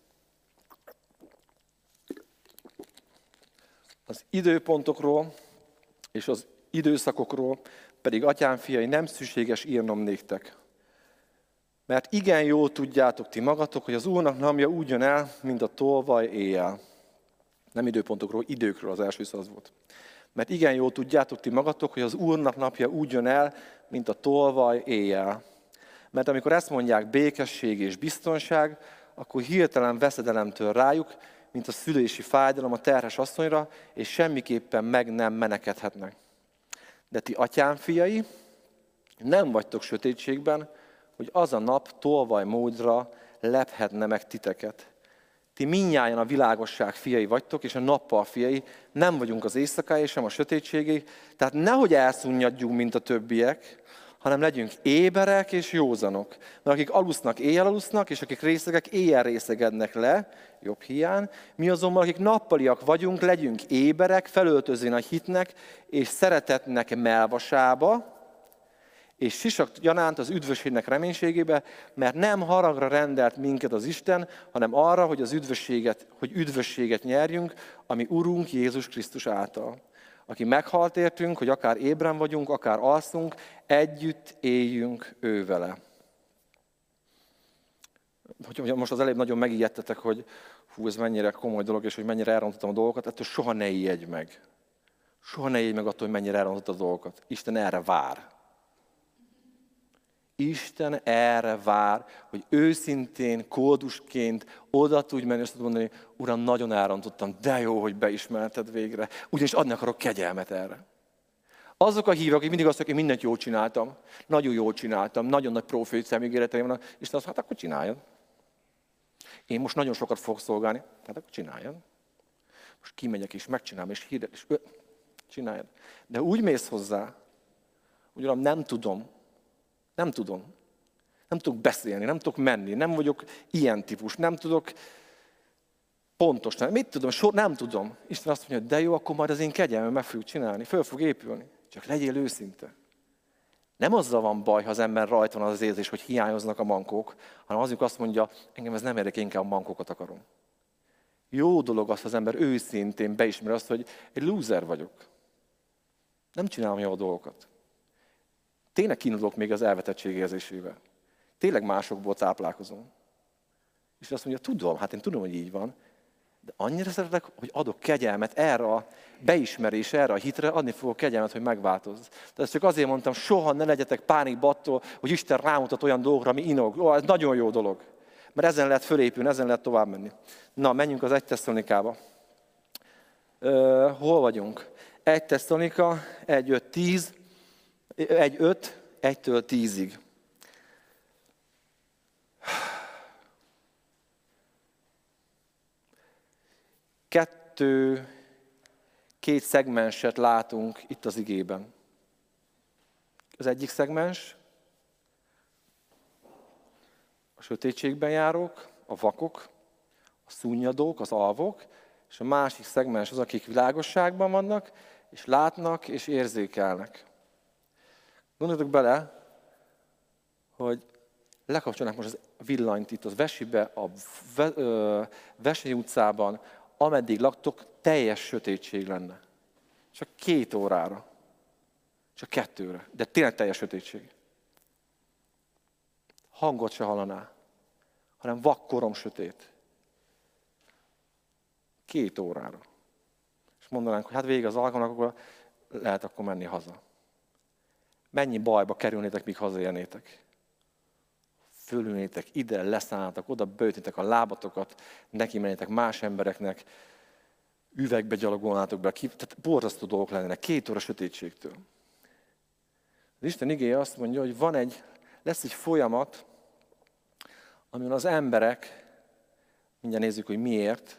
Az időpontokról és az időszakokról pedig, atyám fiai, nem szükséges írnom néktek. Mert igen jól tudjátok ti magatok, hogy az Úrnak napja úgy jön el, mint a tolvaj éjjel. Nem időpontokról, időkről, az első az volt. Mert igen jól tudjátok ti magatok, hogy az Úrnak napja úgy jön el, mint a tolvaj éjjel. Mert amikor ezt mondják békesség és biztonság, akkor hirtelen veszedelemtől rájuk, mint a szülési fájdalom a terhes asszonyra, és semmiképpen meg nem menekedhetnek. De ti, atyám fiai, nem vagytok sötétségben, hogy az a nap tolvaj módra lephetne meg titeket. Ti mindnyájan a világosság fiai vagytok, és a nappal fiai, nem vagyunk az éjszakáé, sem a sötétségé, tehát nehogy elszunnyadjunk, mint a többiek, hanem legyünk éberek és józanok. Mert akik alusznak, éjjel alusznak, és akik részegek, éjjel részegednek le, jobb hiány. Mi azonban, akik nappaliak vagyunk, legyünk éberek, felöltözvén a hitnek és szeretetnek melvasába, és sisak gyanánt az üdvösségnek reménységébe, mert nem haragra rendelt minket az Isten, hanem arra, hogy üdvösséget nyerjünk, ami Urunk Jézus Krisztus által. Aki meghalt értünk, hogy akár ébren vagyunk, akár alszunk, együtt éljünk ő vele. Hogy most az előbb nagyon megijedtetek, hogy hú, ez mennyire komoly dolog, és hogy mennyire elrontottam a dolgokat, ettől soha ne ijedj meg. Soha ne ijedj meg attól, hogy mennyire elrontottad a dolgokat. Isten erre vár. Isten erre vár, hogy őszintén, kódusként oda tudj menni, és tudod mondani, Uram, nagyon elrontottam, de jó, hogy beismerted végre. Ugyanis adni akarok kegyelmet erre. Azok a hívek, akik mindig azt mondják, én mindent jól csináltam, nagyon jól csináltam, nagyon nagy proféciám ígéreteim vannak, Isten azt, hát akkor csináljad. Én most nagyon sokat fogok szolgálni, hát akkor csináljad. Most kimegyek és megcsinálom, és hirdet, és csináljad. De úgy mész hozzá, hogy Uram, nem tudom. Nem tudok beszélni, nem tudok menni, nem vagyok ilyen típus, nem tudok pontos. Mit tudom? Nem tudom. Isten azt mondja, de jó, akkor majd az én kegyelmem meg fogjuk csinálni, föl fog épülni. Csak legyél őszinte. Nem azzal van baj, ha az ember rajta van az érzés, hogy hiányoznak a mankók, hanem azok azt mondja, engem ez nem érdekel, inkább a mankókat akarom. Jó dolog az ember őszintén beismeri azt, hogy egy loser vagyok. Nem csinálom jó a dolgokat. Tényleg kínozok még az elvetettség érzésével. Tényleg másokból táplálkozom. És azt mondja, tudom, hát én tudom, hogy így van, de annyira szeretek, hogy adok kegyelmet erre a beismerésre, erre a hitre, adni fogok kegyelmet, hogy megváltozz. Tehát ezt csak azért mondtam, soha ne legyetek pánikba attól, hogy Isten rámutat olyan dolgokra, ami inog. Ó, ez nagyon jó dolog. Mert ezen lehet fölépülni, ezen lehet tovább menni. Na, menjünk az 1 Tesszalonikába. Hol vagyunk? 1 Tesszalonika, 1-5-10. 1-5, 1-től 10-ig. két szegmenset látunk itt az igében. Az egyik szegmens a sötétségben járók, a vakok, a szunnyadók, az alvok, és a másik szegmens az, akik világosságban vannak, és látnak, és érzékelnek. Gondoljatok bele, hogy lekapcsolnak most a villanyt itt az Vesibe, a Vesei utcában, ameddig laktok, teljes sötétség lenne. Csak 2 órára. Csak 2-re. De tényleg teljes sötétség. Hangot se hallaná, hanem vakkorom sötét. 2 órára. És mondanánk, hogy hát vége az alkalomnak, akkor lehet akkor menni haza. Mennyi bajba kerülnétek, míg hazaérnétek? Fölülnétek ide, leszállnátok, oda beütnétek a lábatokat, neki mennétek más embereknek, üvegbe gyalogolnátok be, tehát borzasztó dolgok lennének 2 óra sötétségtől. Az Isten igéje azt mondja, hogy lesz egy folyamat, amiben az emberek, mindjárt nézzük, hogy miért,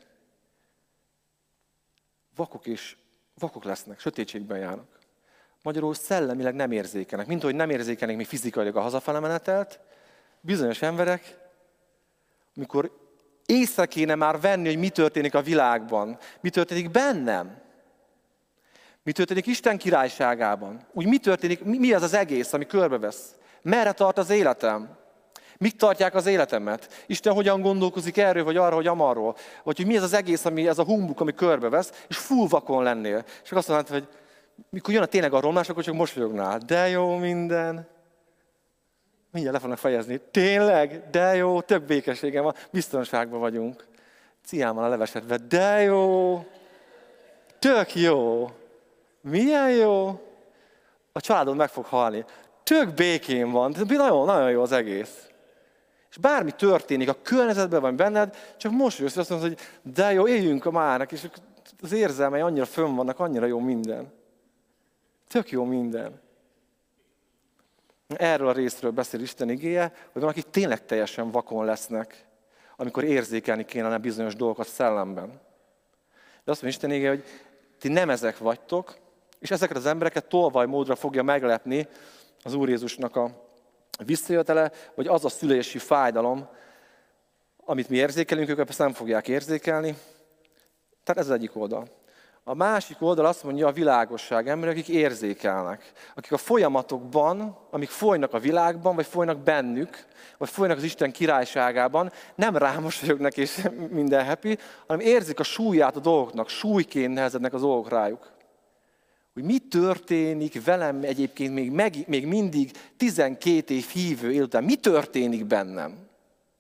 vakok lesznek, sötétségben járnak. Magyarul szellemileg nem érzékelnek, mint ahogy nem érzékelnek még fizikailag a hazafele menetelt, bizonyos emberek, amikor észre kéne már venni, hogy mi történik a világban, mi történik bennem, mi történik Isten királyságában, úgy mi történik, mi az az egész, ami körbevesz, merre tart az életem, mik tartják az életemet, Isten hogyan gondolkozik erről, vagy arra, vagy amarról, vagy hogy mi ez az egész, ez a humbuk, ami körbevesz, és full vakon lennél. És azt mondod, hogy mikor jön a tényleg a romlás, akkor csak mosolyognál. De jó minden. Mindjárt le fognak fejezni. Tényleg? De jó, több békességem van, biztonságban vagyunk. Cián van a levesedve. De jó, tök jó. Milyen jó? A családod meg fog halni. Tök békén van, nagyon, nagyon jó az egész. És bármi történik a környezetben vagy benned, csak mosolyogsz, és azt mondod, hogy de jó, éljünk a márnak, és az érzelmei annyira fönn vannak, annyira jó minden. Tök jó minden. Erről a részről beszél Isten igéje, hogy van, akik tényleg teljesen vakon lesznek, amikor érzékelni kéne bizonyos dolgokat szellemben. De azt mondja Isten igéje, hogy ti nem ezek vagytok, és ezeket az embereket tolvajmódra fogja meglepni az Úr Jézusnak a visszajövetele, vagy az a szülési fájdalom, amit mi érzékelünk, ők ezt nem fogják érzékelni. Tehát ez az egyik oldal. A másik oldal azt mondja a világosság emberek, akik érzékelnek. Akik a folyamatokban, amik folynak a világban, vagy folynak bennük, vagy folynak az Isten királyságában, nem rámosolyognak és minden happy, hanem érzik a súlyát a dolgoknak, súlyként nehezednek az dolgok rájuk. Hogy mi történik velem egyébként még mindig 12 év hívő élet után, mi történik bennem?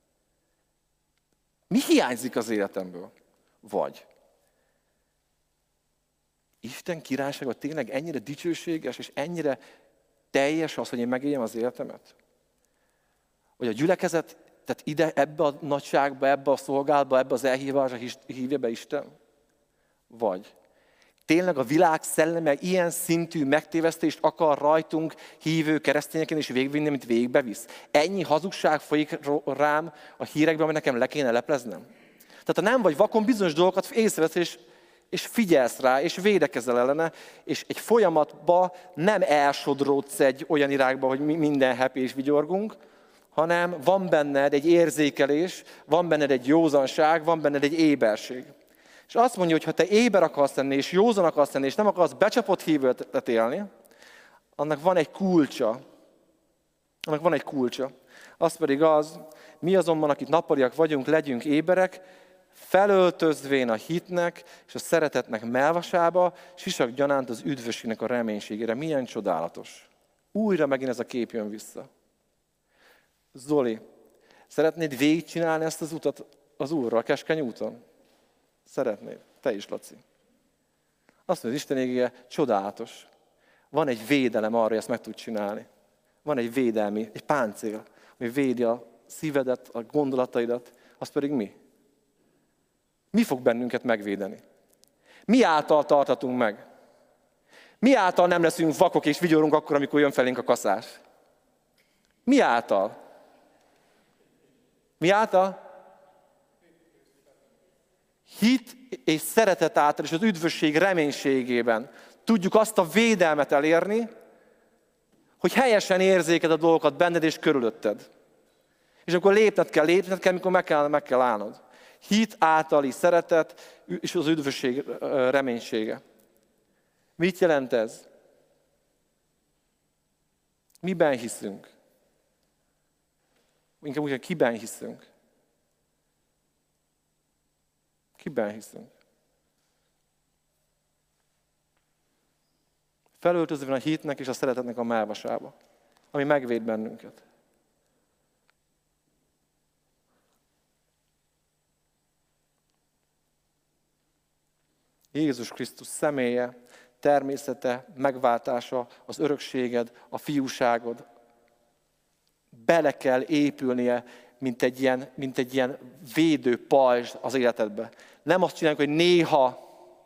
Mi hiányzik az életemből? Vagy Isten királysága tényleg ennyire dicsőséges, és ennyire teljes az, hogy én megéljem az életemet? Vagy a gyülekezet, tehát ide, ebbe a nagyságba, ebbe a szolgálatba, ebbe az elhívásra hívja be Isten? Vagy tényleg a világ szelleme ilyen szintű megtévesztést akar rajtunk hívő keresztényeken is végvinni, mint végbevisz? Ennyi hazugság folyik rám a hírekben, amit nekem le kéne lepleznem? Tehát ha nem vagy vakon, bizonyos dolgokat észrevesz, és figyelsz rá, és védekezel ellene, és egy folyamatba nem elsodródsz egy olyan irányba, hogy minden happy és vigyorgunk, hanem van benned egy érzékelés, van benned egy józanság, van benned egy éberség. És azt mondja, hogy ha te éber akarsz lenni, és józan akarsz lenni, és nem akarsz becsapott hívőt élni, annak van egy kulcsa. Annak van egy kulcsa. Az pedig az, mi azonban, akik nappaliak vagyunk, legyünk éberek, felöltözvén a hitnek és a szeretetnek melvasába, sisak gyanánt az üdvösségnek a reménységére. Milyen csodálatos. Újra megint ez a kép jön vissza. Zoli, szeretnéd végigcsinálni ezt az utat az Úrral, a keskeny úton? Szeretnéd. Te is, Laci. Azt mondja, az Isten igéje csodálatos. Van egy védelem arra, hogy ezt meg tud csinálni. Van egy védelmi, egy páncél, ami védi a szívedet, a gondolataidat, az pedig mi? Mi fog bennünket megvédeni? Mi által tartatunk meg? Mi által nem leszünk vakok és vigyorunk akkor, amikor jön felénk a kaszás? Mi által? Mi által? hit és szeretet által és az üdvösség reménységében tudjuk azt a védelmet elérni, hogy helyesen érzékeld a dolgokat benned és körülötted. És amikor lépned kell, amikor meg kell állnod. Hit általi szeretet és az üdvösség reménysége. Mit jelent ez? Miben hiszünk? Inkább úgy, hogy kiben hiszünk? Kiben hiszünk? Felöltözve a hitnek és a szeretetnek a mellvasába, ami megvéd bennünket. Jézus Krisztus személye, természete, megváltása, az örökséged, a fiúságod bele kell épülnie, mint egy ilyen védő pajzs az életedbe. Nem azt csináljuk, hogy néha,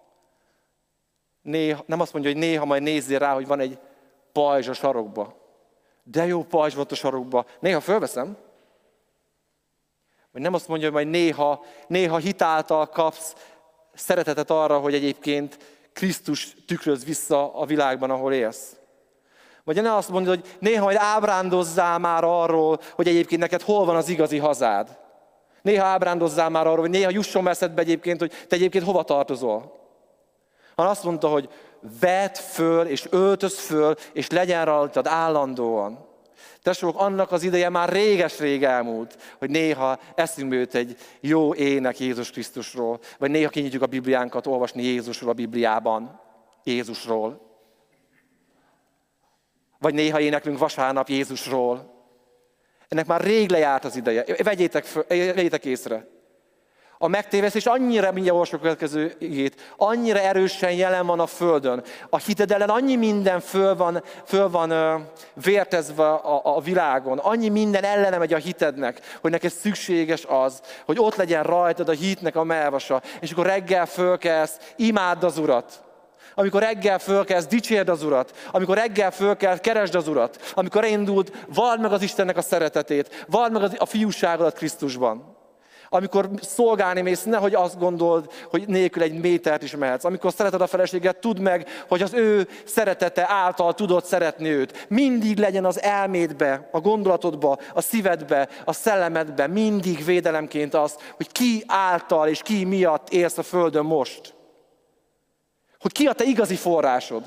nem azt mondja, hogy néha majd nézzél rá, hogy van egy pajzs a sarokba. De jó pajzs volt a sarokba. Néha fölveszem. Vagy nem azt mondja, hogy majd néha hitáltal kapsz szeretetet arra, hogy egyébként Krisztus tükröz vissza a világban, ahol élsz. Vagy ne azt mondod, hogy néha majd ábrándozzál már arról, hogy egyébként neked hol van az igazi hazád. Néha ábrándozzál már arról, hogy néha jusson eszedbe egyébként, hogy te egyébként hova tartozol. Hanem azt mondta, hogy vedd föl, és öltöz föl, és legyen rajtad állandóan. Tesók, annak az ideje már réges-rég elmúlt, hogy néha eszünkbe jut egy jó ének Jézus Krisztusról, vagy néha kinyitjuk a Bibliánkat olvasni Jézusról a Bibliában, Jézusról. Vagy néha éneklünk vasárnap Jézusról. Ennek már rég lejárt az ideje. Vegyétek észre. A megtévesztés annyira, mindjárt olvasok a következő igét, annyira erősen jelen van a Földön. A hited ellen annyi minden föl van vértezve a világon. Annyi minden ellene megy a hitednek, hogy neked szükséges az, hogy ott legyen rajtad a hitnek a mellvasa. És akkor reggel fölkelsz, imádd az Urat. Amikor reggel fölkelsz, dicsérd az Urat. Amikor reggel fölkelsz, keresd az Urat. Amikor elindult, vald meg az Istennek a szeretetét. Vald meg a fiúságodat Krisztusban. Amikor szolgálni mész, nehogy azt gondold, hogy nélkül egy métert is mehetsz. Amikor szereted a feleséget, tudd meg, hogy az ő szeretete által tudod szeretni őt. Mindig legyen az elmédbe, a gondolatodba, a szívedbe, a szellemedbe, mindig védelemként az, hogy ki által és ki miatt élsz a földön most. Hogy ki a te igazi forrásod.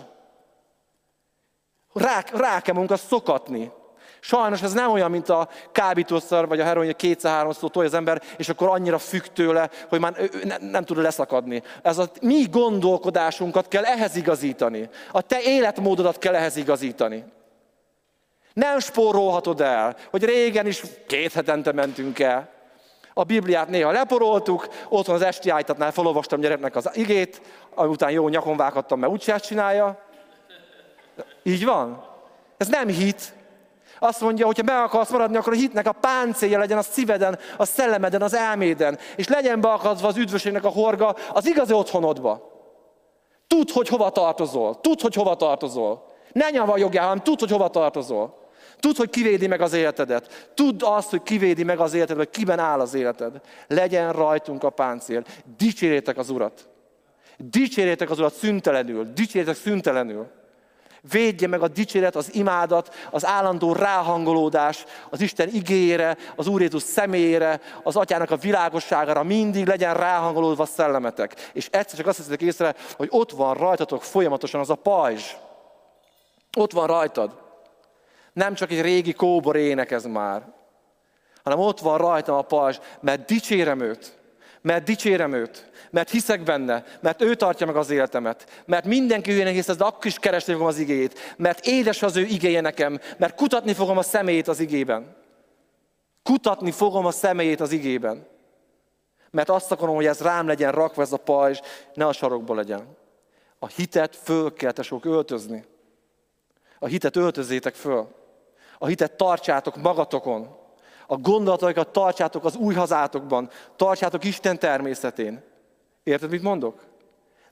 Rá kell magunkat szokatni. Sajnos ez nem olyan, mint a kábítószer vagy a heroin, hogy 2-3-szor tolja az ember, és akkor annyira függ tőle, hogy már nem tud leszakadni. Ez a mi gondolkodásunkat kell ehhez igazítani. A te életmódodat kell ehhez igazítani. Nem spórolhatod el, hogy régen is 2 hetente mentünk el. A Bibliát néha leporoltuk, otthon az esti ájtatnál felolvastam gyereknek az igét, ami után jó nyakon vághattam, mert úgy csinálja. Így van? Ez nem hit. Azt mondja, hogy ha meg akarsz maradni, akkor a hitnek a páncélja legyen a szíveden, a szellemeden, az elméden. És legyen beakadva az üdvösségnek a horga az igazi otthonodba. Tudd, hogy hova tartozol. Tudd, hogy hova tartozol. Ne nyavajogjál, hanem tudd, hogy hova tartozol. Tudd, hogy kivédi meg az életedet. Tudd azt, hogy kivédi meg az életedet, hogy kiben áll az életed. Legyen rajtunk a páncél. Dicsérjétek az Urat. Dicsérjétek az Urat szüntelenül. Dicsérjétek szüntelenül. Védje meg a dicséret, az imádat, az állandó ráhangolódás az Isten igéjére, az Úr Jézus személyére, az Atyának a világosságára, mindig legyen ráhangolódva a szellemetek. És egyszer csak azt veszitek észre, hogy ott van rajtatok folyamatosan az a pajzs. Ott van rajtad. Nem csak egy régi kóbor ének ez már, hanem ott van rajtam a pajzs, mert dicsérem őt. Mert dicsérem őt, mert hiszek benne, mert ő tartja meg az életemet, mert mindenki őjének hisz, de akkor is keresni fogom az igéjét, mert édes az ő igéje nekem, mert kutatni fogom a személyét az igében. Kutatni fogom a személyét az igében. Mert azt akarom, hogy ez rám legyen rakva, ez a pajzs, ne a sarokba legyen. A hitet föl kell, tesók, öltözni. A hitet öltözzétek föl. A hitet tartsátok magatokon. A gondolataikat tartsátok az új hazátokban, tartsátok Isten természetén. Érted, mit mondok?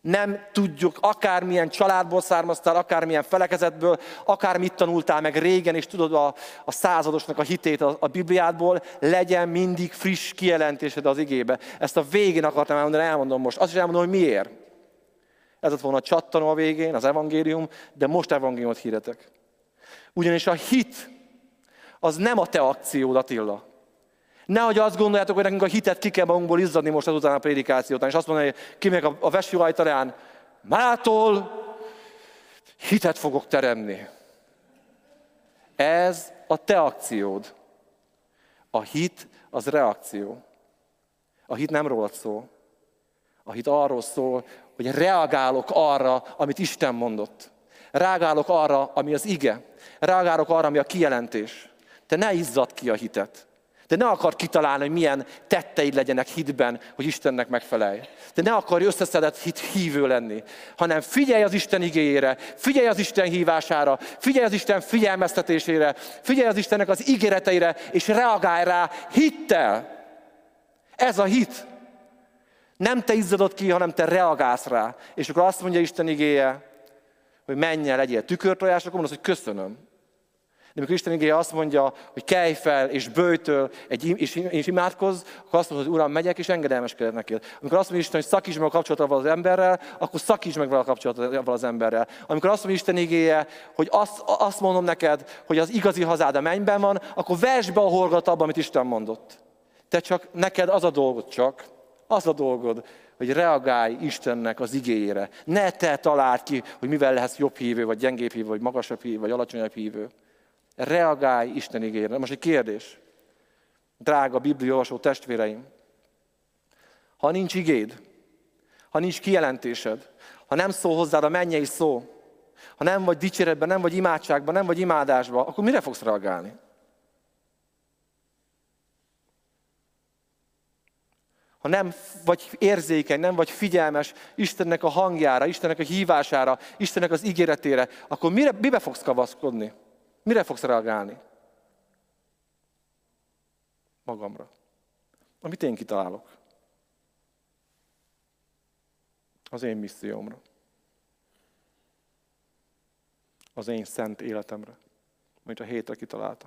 Nem tudjuk, akármilyen családból származtál, akármilyen felekezetből, akármit tanultál meg régen, és tudod a századosnak a hitét a Bibliádból, legyen mindig friss kijelentésed az igébe. Ezt a végén akartam elmondani, elmondom most. Azt is elmondom, hogy miért. Ez lett volna a csattanó a végén, az evangélium, de most evangéliumot hirdetek. Ugyanis a hit, az nem a te akciód, Attila. Nehogy azt gondoljátok, hogy nekünk a hitet ki kell magunkból izzadni most azután a prédikáció után, és azt mondani, hogy kimegyek a veső ajtaján, mától hitet fogok teremni. Ez a te akciód. A hit az reakció. A hit nem rólad szól. A hit arról szól, hogy reagálok arra, amit Isten mondott. Reagálok arra, ami az ige. Reagálok arra, ami a kijelentés. Te ne izzadd ki a hitet. Te ne akar kitalálni, hogy milyen tetteid legyenek hitben, hogy Istennek megfelelj. Te ne akarj összeszedett hívő lenni, hanem figyelj az Isten igéjére, figyelj az Isten hívására, figyelj az Isten figyelmeztetésére, figyelj az Istennek az ígéreteire, és reagálj rá hittel. Ez a hit. Nem te izzadod ki, hanem te reagálsz rá. És akkor azt mondja Isten igéje, hogy menj el, legyél tükörtojás, akkor mondod, hogy köszönöm. De amikor Isten igéje azt mondja, hogy kelj fel és böjtöl és imádkozz, akkor azt mondod, hogy Uram, megyek és engedelmeskedek neked. Amikor azt mondja Isten, hogy szakítsd meg a kapcsolatot az emberrel, akkor szakítsd meg vele a kapcsolatot az emberrel. Amikor azt mondja Isten igéje, hogy azt mondom neked, hogy az igazi hazád a mennyben van, akkor vesd be a horgot abba, amit Isten mondott. Te csak, neked az a dolgod, hogy reagálj Istennek az igéjére. Ne te találd ki, hogy mivel lehetsz jobb hívő, vagy gyengébb hívő, vagy magasabb hívő, vagy alacsonyabb hívő. Reagálj Isten igényre. Most egy kérdés. Drága bibliaolvasó testvéreim. Ha nincs igéd, ha nincs kijelentésed, ha nem szól hozzád a mennyei szó, ha nem vagy dicséretben, nem vagy imádságban, nem vagy imádásban, akkor mire fogsz reagálni? Ha nem vagy érzékeny, nem vagy figyelmes Istennek a hangjára, Istennek a hívására, Istennek az ígéretére, akkor mibe fogsz kavaszkodni? Mire fogsz reagálni? Magamra. Amit én kitalálok. Az én missziómra. Az én szent életemre. Amit a hétre kitaláltam.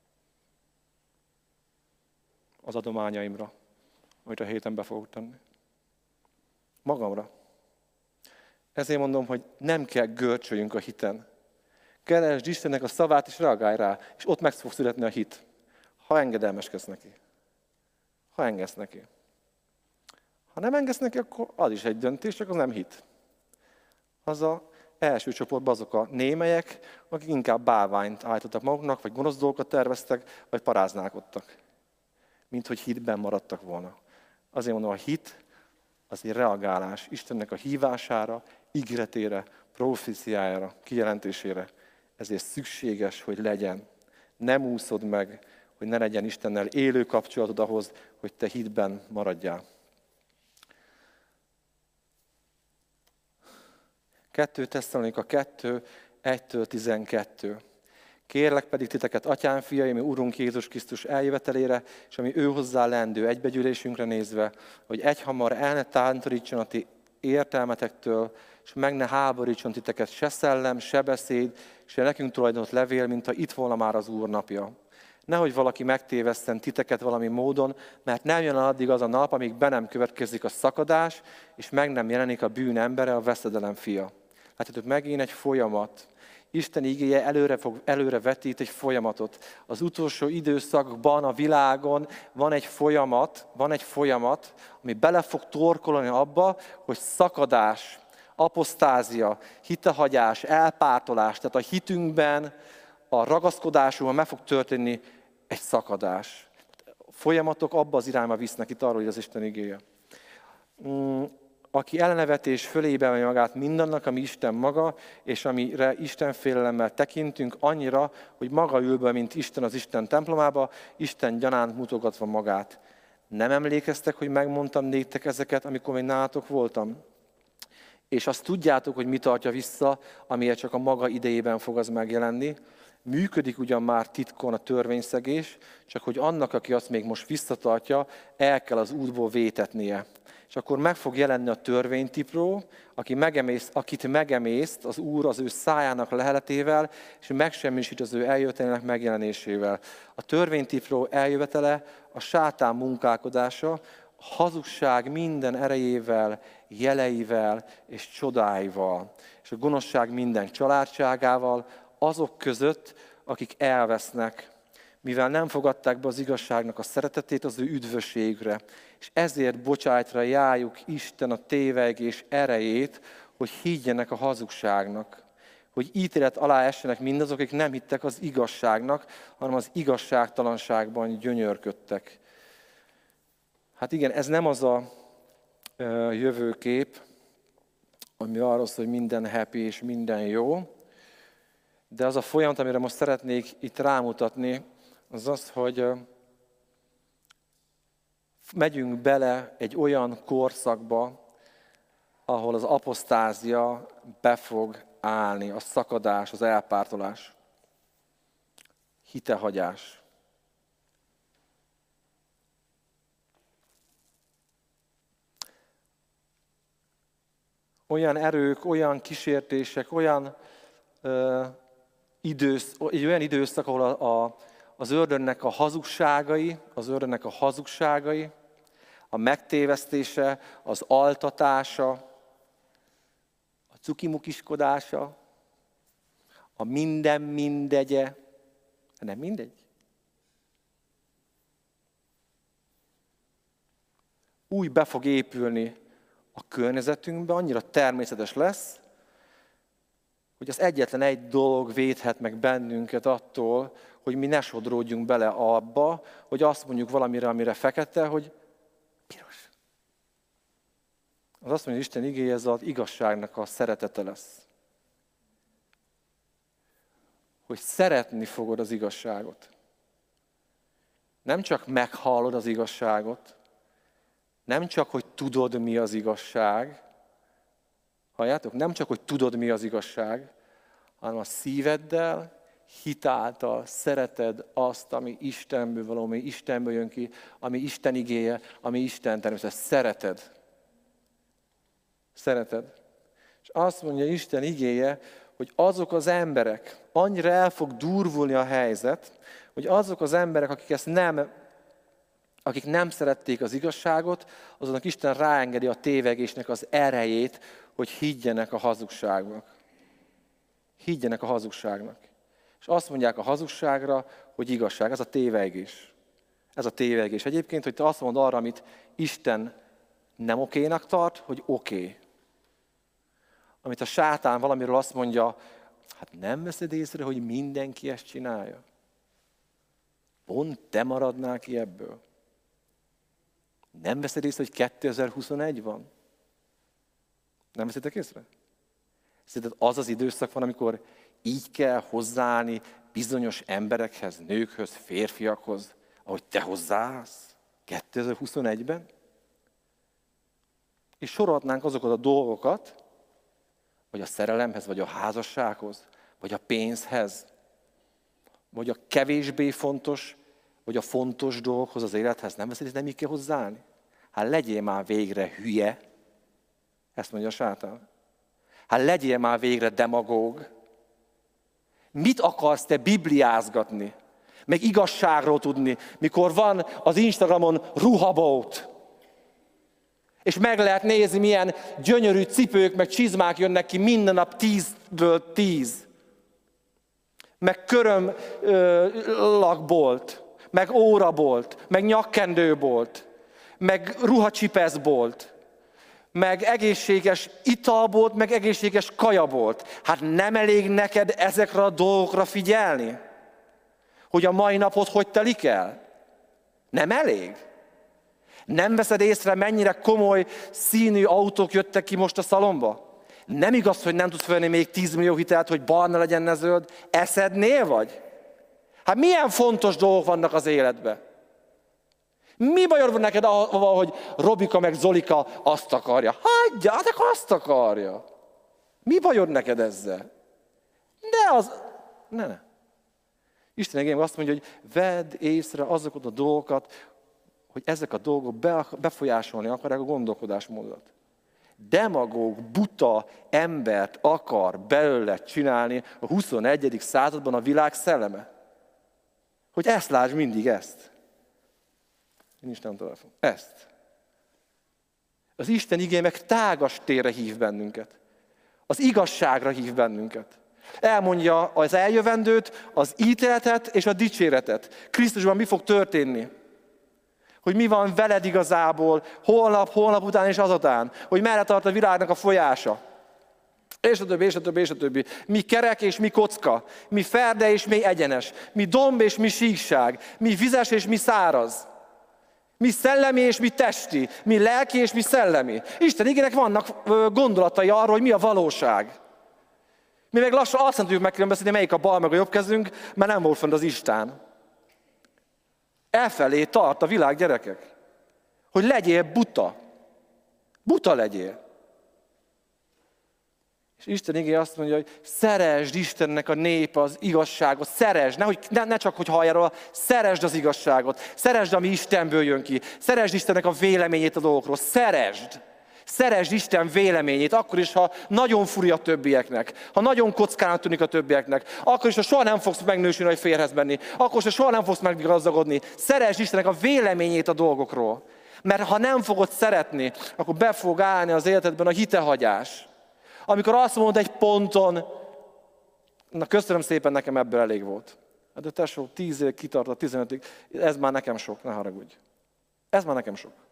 Az adományaimra. Amit a héten be fogok tenni. Magamra. Ezért mondom, hogy nem kell görcsöljünk a hiten. Keresd Istennek a szavát, és reagálj rá, és ott meg fog születni a hit. Ha engedelmeskedsz neki. Ha engedsz neki. Ha nem engedsz neki, akkor az is egy döntés, csak az nem hit. Az az első csoportban azok a némelyek, akik inkább bálványt állítottak maguknak, vagy gonosz dolgokat terveztek, vagy paráználkodtak. Mint hogy hitben maradtak volna. Azért mondom, a hit az egy reagálás Istennek a hívására, ígéretére, proféciájára, kijelentésére. Ezért szükséges, hogy legyen. Nem úszod meg, hogy ne legyen Istennel élő kapcsolatod ahhoz, hogy te hitben maradjál. 2 Tesszalonika 2, 1-12. Kérlek pedig titeket, atyám fiai, ami Urunk Jézus Krisztus eljövetelére, és ami ő hozzá lendő egybegyűlésünkre nézve, hogy egyhamar el ne tántorítson a ti értelmetektől, és meg ne háborítson titeket se szellem, se beszéd, se nekünk tulajdonos levél, mint ha itt volna már az Úr napja. Nehogy valaki megtévesszen titeket valami módon, mert nem jön addig az a nap, amíg be nem következik a szakadás, és meg nem jelenik a bűn embere, a veszedelem fia. Látjátok, megint egy folyamat. Isten igéje előre vetít egy folyamatot. Az utolsó időszakban a világon van egy folyamat, ami bele fog torkolni abba, hogy szakadás, apostázia, hitehagyás, elpártolás, tehát a hitünkben, a ragaszkodásunkban meg fog történni egy szakadás. A folyamatok abba az irányba visznek, itt arról, hogy az Isten igéje. Aki elnevetés fölébe emelje magát mindannak, ami Isten maga, és amire Isten félelemmel tekintünk, annyira, hogy maga ül be, mint Isten az Isten templomába, Isten gyanánt mutogatva magát. Nem emlékeztek, hogy megmondtam néktek ezeket, amikor még nálatok voltam? És azt tudjátok, hogy mi tartja vissza, amiért csak a maga idejében fog az megjelenni. Működik ugyan már titkon a törvényszegés, csak hogy annak, aki azt még most visszatartja, el kell az útból vétetnie. És akkor meg fog jelenni a törvénytipró, akit megemészt az Úr az ő szájának leheletével, és megsemmisít az ő eljövetelének megjelenésével. A törvénytipró eljövetele a sátán munkálkodása, a hazugság minden erejével, jeleivel és csodáival, és a gonoszság minden családságával, azok között, akik elvesznek, mivel nem fogadták be az igazságnak a szeretetét az ő üdvösségre, és ezért bocsájt rájuk Isten a tévegés erejét, hogy higgyenek a hazugságnak, hogy ítélet alá essenek mindazok, akik nem hittek az igazságnak, hanem az igazságtalanságban gyönyörködtek. Hát igen, ez nem az a jövőkép, ami arról szól, hogy minden happy és minden jó, de az a folyamat, amire most szeretnék itt rámutatni, az az, hogy megyünk bele egy olyan korszakba, ahol az apostázia be fog állni, a szakadás, az elpártolás, hitehagyás. Olyan erők, olyan kísértések, egy olyan időszak, ahol az ördögnek a hazugságai, a megtévesztése, az altatása, a cukimukiskodása, a minden mindegye, nem mindegy. Úgy be fog épülni a környezetünkbe, annyira természetes lesz, hogy az egyetlen egy dolog védhet meg bennünket attól, hogy mi ne sodródjunk bele abba, hogy azt mondjuk valamire, amire fekete, hogy piros. Az azt mondja, hogy Isten igéje, ez az igazságnak a szeretete lesz. Hogy szeretni fogod az igazságot. Nem csak meghallod az igazságot, nem csak, hogy tudod, mi az igazság, halljátok? Nem csak, hogy tudod, mi az igazság, hanem a szíveddel, hit által szereted azt, ami Istenből való, ami Istenből jön ki, ami Isten igéje, ami Isten természet. Szereted. Szereted. És azt mondja Isten igéje, hogy azok az emberek, annyira el fog durvulni a helyzet, hogy azok az emberek, akik nem szerették az igazságot, azoknak Isten ráengedi a tévegésnek az erejét, hogy higgyenek a hazugságnak. Higgyenek a hazugságnak. És azt mondják a hazugságra, hogy igazság. Ez a tévegés. Ez a tévegés. Egyébként, hogy te azt mondod arra, amit Isten nem okénak tart, hogy oké. Amit a sátán valamiről azt mondja, hát nem veszed észre, hogy mindenki ezt csinálja. Pont te maradnál ki ebből. Nem veszed észre, hogy 2021 van? Nem veszitek észre? Szerinted az az időszak van, amikor így kell hozzáállni bizonyos emberekhez, nőkhöz, férfiakhoz, ahogy te hozzáállsz 2021-ben? És sorolhatnánk azokat a dolgokat, vagy a szerelemhez, vagy a házassághoz, vagy a pénzhez, vagy a kevésbé fontos, vagy a fontos dolgokhoz az élethez. Nem veszed, nem így kell hozzáállni? Hát legyél már végre hülye, ezt mondja a sátán. Hát legyél már végre demagóg. Mit akarsz te bibliázgatni? Meg igazságról tudni, mikor van az Instagramon ruhabót. És meg lehet nézni, milyen gyönyörű cipők, meg csizmák jönnek ki minden nap 10-ből 10. Meg körömlakbolt, meg órabolt, meg nyakkendőbolt, meg ruhacsipeszbolt, meg egészséges italbolt, meg egészséges kajabolt. Hát nem elég neked ezekre a dolgokra figyelni? Hogy a mai napod hogy telik el? Nem elég? Nem veszed észre, mennyire komoly színű autók jöttek ki most a szalomba? Nem igaz, hogy nem tudsz felvenni még 10 millió hitelt, hogy barna legyen, ne zöld. Eszednél vagy? Hát milyen fontos dolgok vannak az életben? Mi bajod van neked avval, hogy Robika meg Zolika azt akarja? Hagyjátok, azt akarja. Mi bajod neked ezzel? Ne. Isten igény azt mondja, hogy vedd észre azokat a dolgokat, hogy ezek a dolgok befolyásolni akarják a gondolkodásmódot. Demagóg, buta embert akar belőle csinálni a 21. században a világ szelleme. Hogy ezt lásd mindig, ezt. Nincs nem telefon. Ezt. Az Isten igény meg tágas térre hív bennünket. Az igazságra hív bennünket. Elmondja az eljövendőt, az ítéletet és a dicséretet. Krisztusban mi fog történni? Hogy mi van veled igazából, holnap után és azután. Hogy merre tart a világnak a folyása. És a többi, és a többi, és a többi. Mi kerek és mi kocka. Mi ferde és mi egyenes. Mi domb és mi síkság. Mi vizes és mi száraz. Mi szellemi és mi testi. Mi lelki és mi szellemi. Isten igének vannak gondolatai arról, hogy mi a valóság. Mi meg lassan azt nem tudjuk megkülönböztetni, melyik a bal meg a jobb kezünk, mert nem volt fent az Isten. Elfelé tart a világ, gyerekek. Hogy legyél buta. Buta legyél. És Isten igéje azt mondja, hogy szeresd Istennek a népe az igazságot. Szeresd, ne csak, hogy halljál róla, szeresd az igazságot. Szeresd, ami Istenből jön ki. Szeresd Istennek a véleményét a dolgokról. Szeresd. Szeresd Isten véleményét, akkor is, ha nagyon furi a többieknek, ha nagyon kockának tűnik a többieknek, akkor is, ha soha nem fogsz megnősülni, vagy férhez menni, akkor is, ha soha nem fogsz meggazdagodni. Szeresd Istennek a véleményét a dolgokról. Mert ha nem fogod szeretni, akkor be fog állni az életedben a hitehagyás. Amikor azt mondod egy ponton, na köszönöm szépen, nekem ebből elég volt. De tesó, 10 év kitartott, 15-ig, ez már nekem sok, ne haragudj. Ez már nekem sok.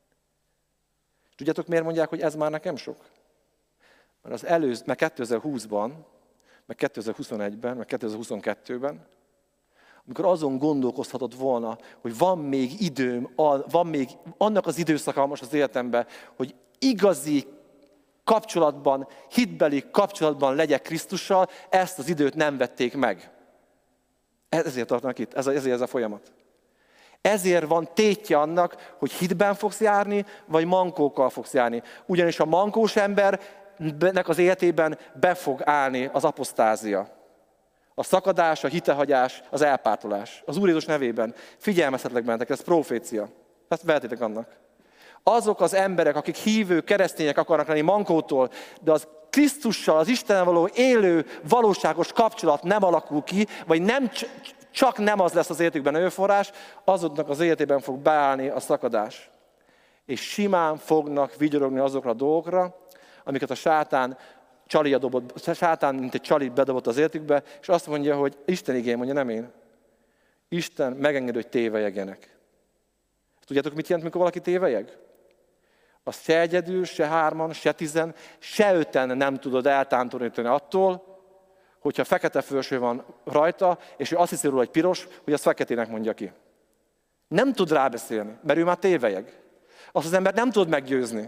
Tudjátok, miért mondják, hogy ez már nekem sok? Mert meg 2020-ban, meg 2021-ben, meg 2022-ben, amikor azon gondolkozhatod volna, hogy van még időm, van még annak az időszaka most az életemben, hogy igazi kapcsolatban, hitbeli kapcsolatban legyek Krisztussal, ezt az időt nem vették meg. Ezért tartanak itt, ezért ez a folyamat. Ezért van tétje annak, hogy hitben fogsz járni, vagy mankókkal fogsz járni. Ugyanis a mankós embernek az életében be fog állni az apostázia. A szakadás, a hitehagyás, az elpártolás. Az Úr Jézus nevében figyelmeztetlek bennetek, ez profécia. Ezt vehetétek annak. Azok az emberek, akik hívő keresztények akarnak lenni mankótól, de az Krisztussal, az Istennel való élő, valóságos kapcsolat nem alakul ki, vagy csak nem az lesz az életükben erőforrás, azoknak az életében fog beállni a szakadás. És simán fognak vigyorogni azokra a dolgokra, amiket a sátán mint egy csalit bedobott az életükbe, és azt mondja, hogy Isten igény mondja, nem én. Isten megengedi, hogy tévejegjenek. Tudjátok, mit jelent, mikor valaki tévejeg? Az se egyedül, se hárman, se 10, se 5 nem tudod eltántorítani attól, hogyha fekete fölső van rajta, és ő azt hiszi róla, hogy piros, hogy azt feketének mondja ki. Nem tud rábeszélni, mert ő már tévejeg. Azt az embert nem tud meggyőzni.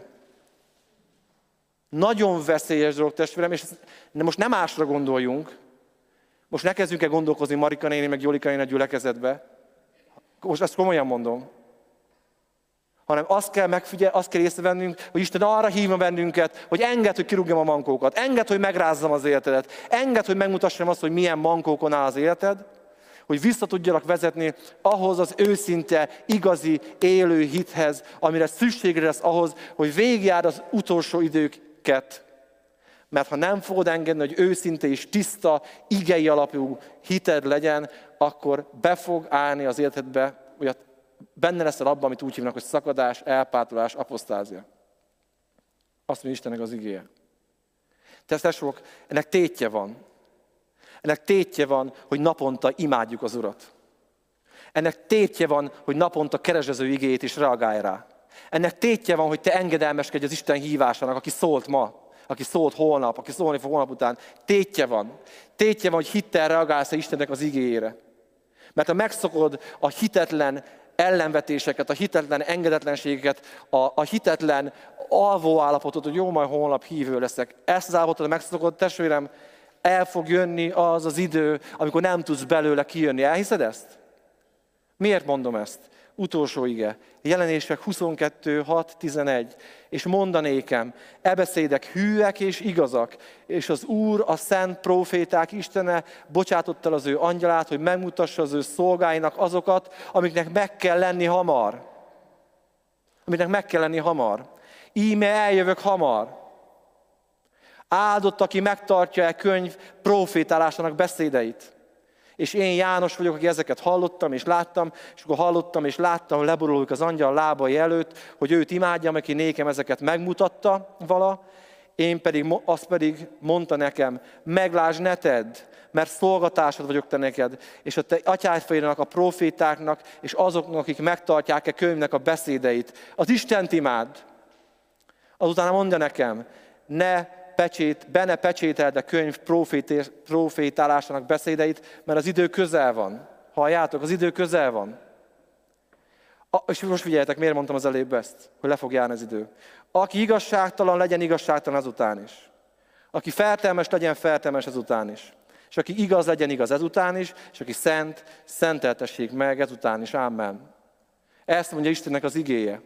Nagyon veszélyes dolog, testvérem, és most nem másra gondoljunk. Most ne kezdjünk el gondolkozni Marika néni, meg Jolika néni a gyülekezetbe. Most ezt komolyan mondom. Hanem azt kell észrevennünk, hogy Isten arra hívna bennünket, hogy engedd, hogy kirúgjam a mankókat. Engedd, hogy megrázzam az életedet. Engedd, hogy megmutassam azt, hogy milyen mankókon áll az életed. Hogy vissza tudjalak vezetni ahhoz az őszinte, igazi, élő hithez, amire szükséged lesz ahhoz, hogy végigjárd az utolsó időket. Mert ha nem fogod engedni, hogy őszinte és tiszta, igei alapú hited legyen, akkor be fog állni az életedbe, hogy benne leszel abban, amit úgy hívnak, hogy szakadás, elpártolás, apostázia. Azt mondja Istennek az igéje. Testvérek, ennek tétje van. Ennek tétje van, hogy naponta imádjuk az Urat. Ennek tétje van, hogy naponta keresd az ő igéjét és reagálj rá. Ennek tétje van, hogy te engedelmeskedj az Isten hívásának, aki szólt ma, aki szólt holnap, aki szólni fog holnap után. Tétje van. Tétje van, hogy hittel reagálsz a Istennek az igéjére. Mert ha megszokod a hitetlen ellenvetéseket, a hitetlen engedetlenségeket, a hitetlen alvó állapotot, hogy jó, majd holnap hívő leszek. Ezt az állapotot megszokod, testvérem, el fog jönni az az idő, amikor nem tudsz belőle kijönni. Elhiszed ezt? Miért mondom ezt? Utolsó ige. Jelenések 22.6.11. És mondanékem, e beszédek hűek és igazak, és az Úr, a szent próféták Istene bocsátott el az ő angyalát, hogy megmutassa az ő szolgáinak azokat, amiknek meg kell lenni hamar. Amiknek meg kell lenni hamar. Íme eljövök hamar. Áldott, aki megtartja könyv prófétálásának beszédeit. És én János vagyok, aki ezeket hallottam és láttam, és akkor hallottam és láttam, leborulok az angyal lábai előtt, hogy őt imádjam, aki nékem ezeket megmutatta vala, azt pedig mondta nekem, meglásd, ne tedd, mert szolgatásod vagyok te neked, és a te atyáidnak, a profétáknak, és azoknak, akik megtartják könyvnek a beszédeit. Az Istent imád. Azután mondja nekem, be ne pecsételd a könyv profétálásának beszédeit, mert az idő közel van. Halljátok, az idő közel van. És most figyeljetek, miért mondtam az előbb ezt, hogy le fog járni az idő. Aki igazságtalan, legyen igazságtalan ezután is. Aki fertelmes, legyen fertelmes ezután is. És aki igaz, legyen igaz ezután is, és aki szent, szenteltessék meg ezután is. Amen. Ezt mondja Istennek az igéje.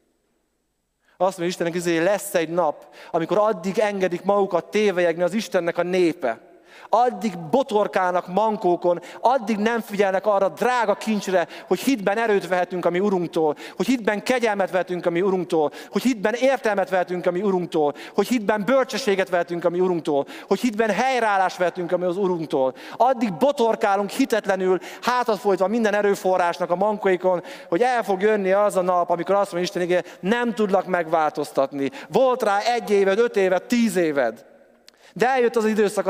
Azt mondja Istennek az igéje, lesz egy nap, amikor addig engedik magukat tévelyegni az Istennek a népe. Addig botorkálnak mankókon, addig nem figyelnek arra drága kincsre, hogy hitben erőt vehetünk a mi Urunktól, hogy hitben kegyelmet vehetünk a mi Urunktól, hogy hitben értelmet vehetünk a mi Urunktól, hogy hitben bölcsességet vehetünk a mi Urunktól, hogy hitben helyreállást vehetünk a mi Urunktól. Addig botorkálunk hitetlenül, hátat folytva minden erőforrásnak a mankóikon, hogy el fog jönni az a nap, amikor azt mondja Isten igéje, nem tudlak megváltoztatni. Volt rá 1 éved, 5 éved, 10 éved. De eljött az időszak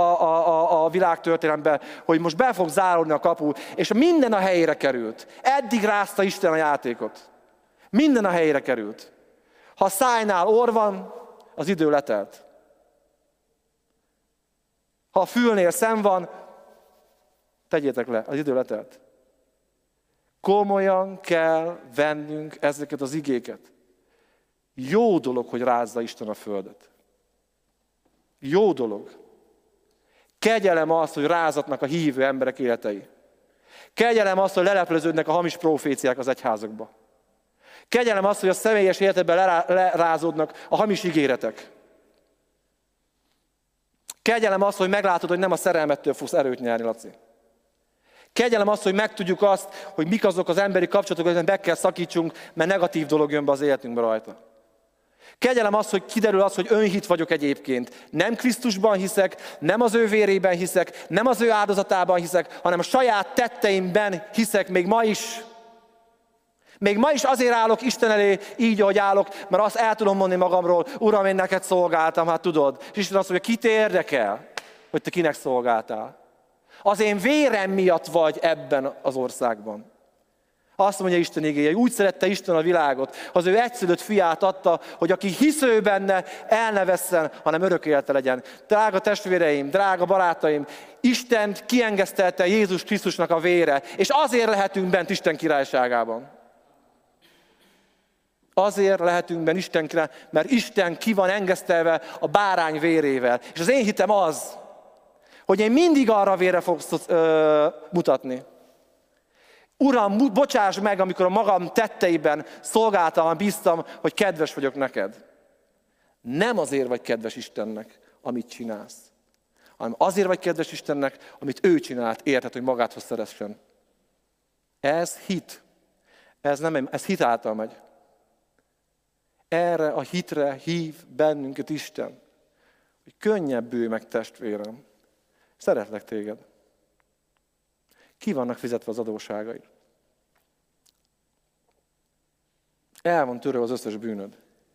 a világtörténelemben, hogy most be fog záródni a kapu, és minden a helyére került. Eddig rázta Isten a játékot. Minden a helyére került. Ha a szájnál orr van, az idő letelt. Ha a fülnél szem van, tegyétek le, az idő letelt. Komolyan kell vennünk ezeket az igéket. Jó dolog, hogy rázza Isten a földet. Jó dolog. Kegyelem az, hogy rázatnak a hívő emberek életei. Kegyelem az, hogy lelepleződnek a hamis proféciák az egyházakba. Kegyelem az, hogy a személyes életedben lerázódnak a hamis ígéretek. Kegyelem az, hogy meglátod, hogy nem a szerelmettől fogsz erőt nyerni, Laci. Kegyelem az, hogy megtudjuk azt, hogy mik azok az emberi kapcsolatok, hogy meg kell szakítsunk, mert negatív dolog jön be az életünkbe rajta. Kegyelem az, hogy kiderül az, hogy önhit vagyok egyébként. Nem Krisztusban hiszek, nem az ő vérében hiszek, nem az ő áldozatában hiszek, hanem a saját tetteimben hiszek még ma is. Még ma is azért állok Isten elé, így, ahogy állok, mert azt el tudom mondani magamról, Uram, én neked szolgáltam, hát tudod. És Isten azt mondja, kit érdekel, hogy te kinek szolgáltál. Az én vérem miatt vagy ebben az országban. Azt mondja Isten igéje, úgy szerette Isten a világot, az ő egyszülött fiát adta, hogy aki hisz ő benne, el ne vesszen, hanem örök élete legyen. Drága testvéreim, drága barátaim, Istent kiengesztelte Jézus Krisztusnak a vére, és azért lehetünk bent Isten királyságában. Azért lehetünk bent Isten királyságában, mert Isten ki van engesztelve a bárány vérével. És az én hitem az, hogy én mindig arra vére fogsz mutatni. Uram, bocsáss meg, amikor a magam tetteiben szolgáltalan bíztam, hogy kedves vagyok neked. Nem azért vagy kedves Istennek, amit csinálsz, hanem azért vagy kedves Istennek, amit ő csinált, érted, hogy magádhoz szeressen. Ez hit. Ez hit által megy. Erre a hitre hív bennünket Isten. Hogy könnyebbül meg testvérem. Szeretlek téged. Ki vannak fizetve az adósságaid? El van törő az összes bűnöd.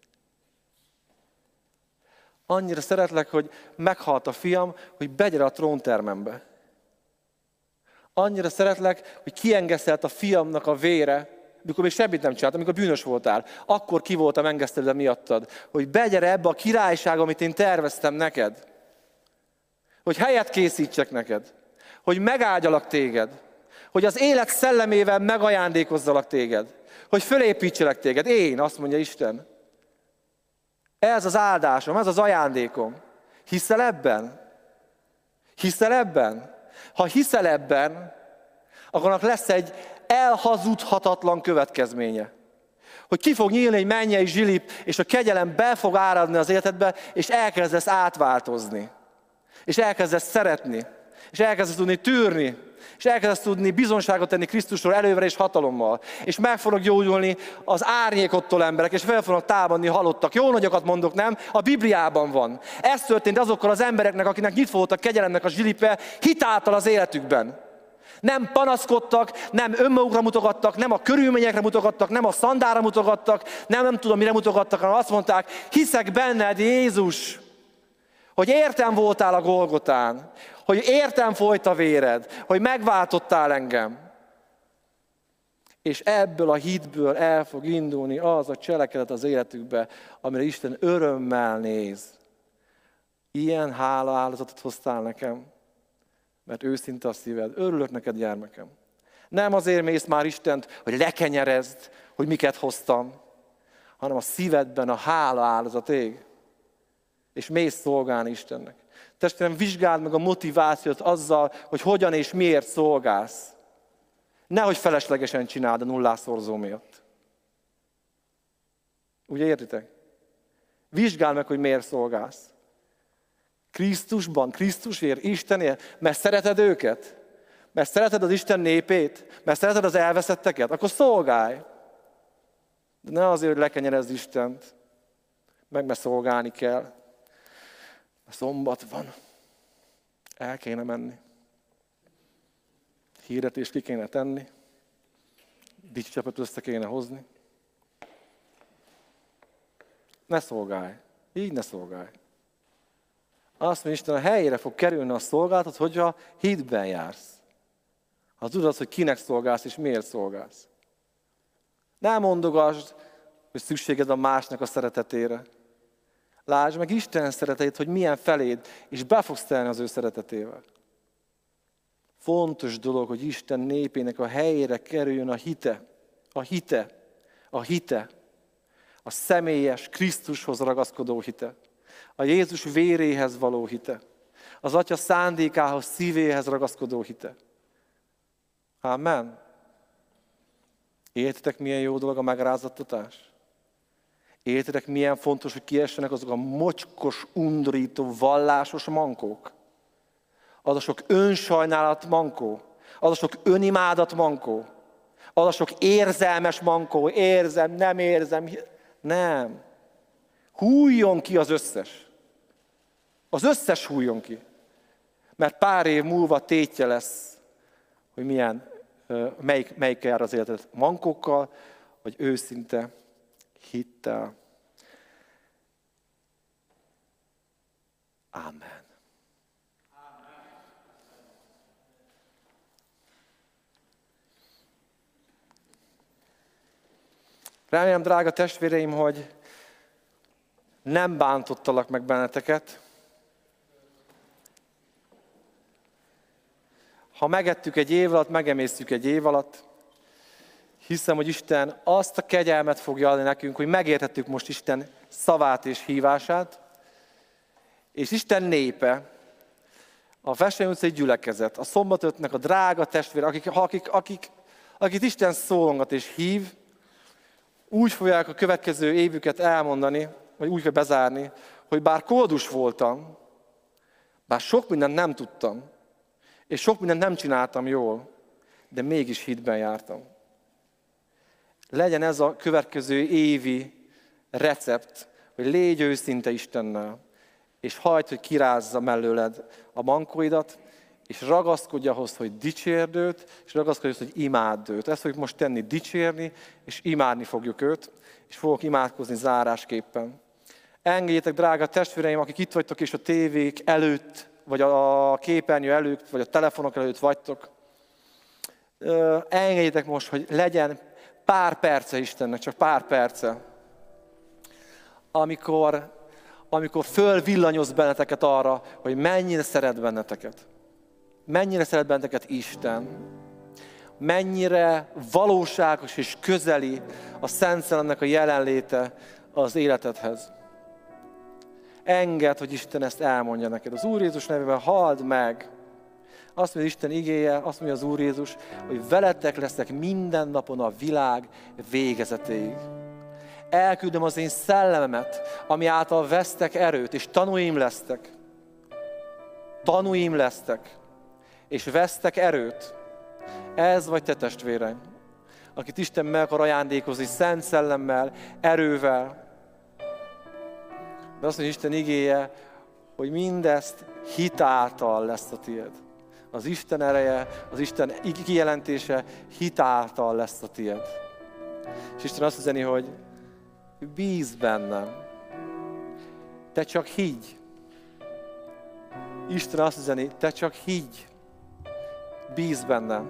Annyira szeretlek, hogy meghalt a fiam, hogy begyere a tróntermembe. Annyira szeretlek, hogy kiengesztelt a fiamnak a vére, mikor még semmit nem csinált, amikor bűnös voltál. Akkor ki voltam engesztelve miattad, hogy begyere ebbe a királyságba, amit én terveztem neked. Hogy helyet készítsek neked. Hogy megáldjalak téged, hogy az élet szellemével megajándékozzalak téged, hogy fölépítselek téged. Én, azt mondja Isten. Ez az áldásom, ez az ajándékom. Hiszel ebben? Hiszel ebben? Ha hiszel ebben, akkor lesz egy elhazudhatatlan következménye. Hogy ki fog nyílni egy mennyei zsilip, és a kegyelem be fog áradni az életedbe, és elkezdesz átváltozni. És elkezdesz szeretni. És elkezdesz tudni tűrni. És elkezdesz tudni bizonságot tenni Krisztusról előre és hatalommal. És meg fognak gyógyulni az árnyékottól emberek, és fel fognak támadni halottak. Jó nagyokat mondok, nem? A Bibliában van. Ez történt azokkal az embereknek, akinek nyitva volt a kegyelemnek a zsilipe, hitáltal az életükben. Nem panaszkodtak, nem önmagukra mutogattak, nem a körülményekre mutogattak, nem a szandára mutogattak, nem tudom mire mutogattak, hanem azt mondták, hiszek benned, Jézus, hogy értem voltál a Golgotán, hogy értem folyt a véred, hogy megváltottál engem. És ebből a hitből el fog indulni az a cselekedet az életükbe, amire Isten örömmel néz. Ilyen hála áldozatot hoztál nekem, mert őszinte a szíved. Örülök neked, gyermekem. Nem azért mész már Istent, hogy lekenyerezd, hogy miket hoztam, hanem a szívedben a hála áldozat ég. És mész szolgálni Istennek. Testvérem, vizsgáld meg a motivációt azzal, hogy hogyan és miért szolgálsz. Nehogy feleslegesen csináld a nullászorzó miatt. Ugye értitek? Vizsgáld meg, hogy miért szolgálsz. Krisztusban, Krisztusért, Istenért, mert szereted őket, mert szereted az Isten népét, mert szereted az elveszetteket, akkor szolgálj. De ne azért, hogy lekenyerezd Istent, mert szolgálni kell. A szombat van, el kéne menni, hirdetést ki kéne tenni, dicsőcsapot össze kéne hozni. Ne szolgálj, így ne szolgálj. Azt mondja, Isten, a helyére fog kerülni a szolgálatot, hogyha hitben jársz. Ha tudod, hogy kinek szolgálsz és miért szolgálsz. Ne mondogasd, hogy szükséged a másnak a szeretetére. Lásd meg Isten szeretetét, hogy milyen feléd, és be fogsz telni az ő szeretetével. Fontos dolog, hogy Isten népének a helyére kerüljön a hite. A hite. A hite. A személyes, Krisztushoz ragaszkodó hite. A Jézus véréhez való hite. Az Atya szándékához, szívéhez ragaszkodó hite. Amen. Értitek, milyen jó dolog a megrázattatás? Értitek, milyen fontos, hogy kiessenek azok a mocskos, undorító, vallásos mankók? Az a sok önsajnálat mankó, az a sok önimádat mankó, az a sok érzelmes mankó, érzem, nem érzem, nem. Hújjon ki az összes. Az összes hújjon ki. Mert pár év múlva tétje lesz, hogy melyik jár az életet, mankókkal, vagy őszinte hittel. Amen. Remélem, drága testvéreim, hogy nem bántottalak meg benneteket. Ha megettük egy év alatt, megemésztjük egy év alatt. Hiszem, hogy Isten azt a kegyelmet fogja adni nekünk, hogy megértettük most Isten szavát és hívását, és Isten népe, a Vesseny utcai gyülekezet, a Szombatötnek a drága testvére, akik Isten szólongat és hív, úgy fogják a következő évüket elmondani, vagy úgy kell bezárni, hogy bár koldus voltam, bár sok mindent nem tudtam, és sok mindent nem csináltam jól, de mégis hitben jártam. Legyen ez a következő évi recept, hogy légy őszinte Istennel, és hagyd, hogy kirázza mellőled a mankóidat, és ragaszkodj ahhoz, hogy dicsérd őt, és ragaszkodj ahhoz, hogy imádd őt. Ezt fogjuk most tenni, dicsérni, és imádni fogjuk őt, és fogok imádkozni zárásképpen. Engedjétek, drága testvéreim, akik itt vagytok, és a tévék előtt, vagy a képernyő előtt, vagy a telefonok előtt vagytok, engedjétek most, hogy legyen pár perce Istennek, csak pár perce, amikor fölvillanyoz benneteket arra, hogy mennyire szeret benneteket. Mennyire szeret benneteket Isten. Mennyire valóságos és közeli a Szent Szellemnek a jelenléte az életedhez. Engedd, hogy Isten ezt elmondja neked. Az Úr Jézus nevében halld meg Azt mondja Isten igéje, azt mondja az Úr Jézus, hogy veletek leszek minden napon a világ végezetéig. Elküldöm az én szellememet, ami által vesztek erőt, és tanúim lesztek. Tanúim lesztek, és vesztek erőt. Ez vagy te, testvéreim, akit Isten meg akar ajándékozni szent szellemmel, erővel. De azt mondja Isten igéje, hogy mindezt hit által lesz a tiéd. Az Isten ereje, az Isten kijelentése hit által lesz a tiéd. És Isten azt üzeni, hogy bízz bennem. Te csak higgy. Isten azt üzeni, te csak higgy. Bízz bennem.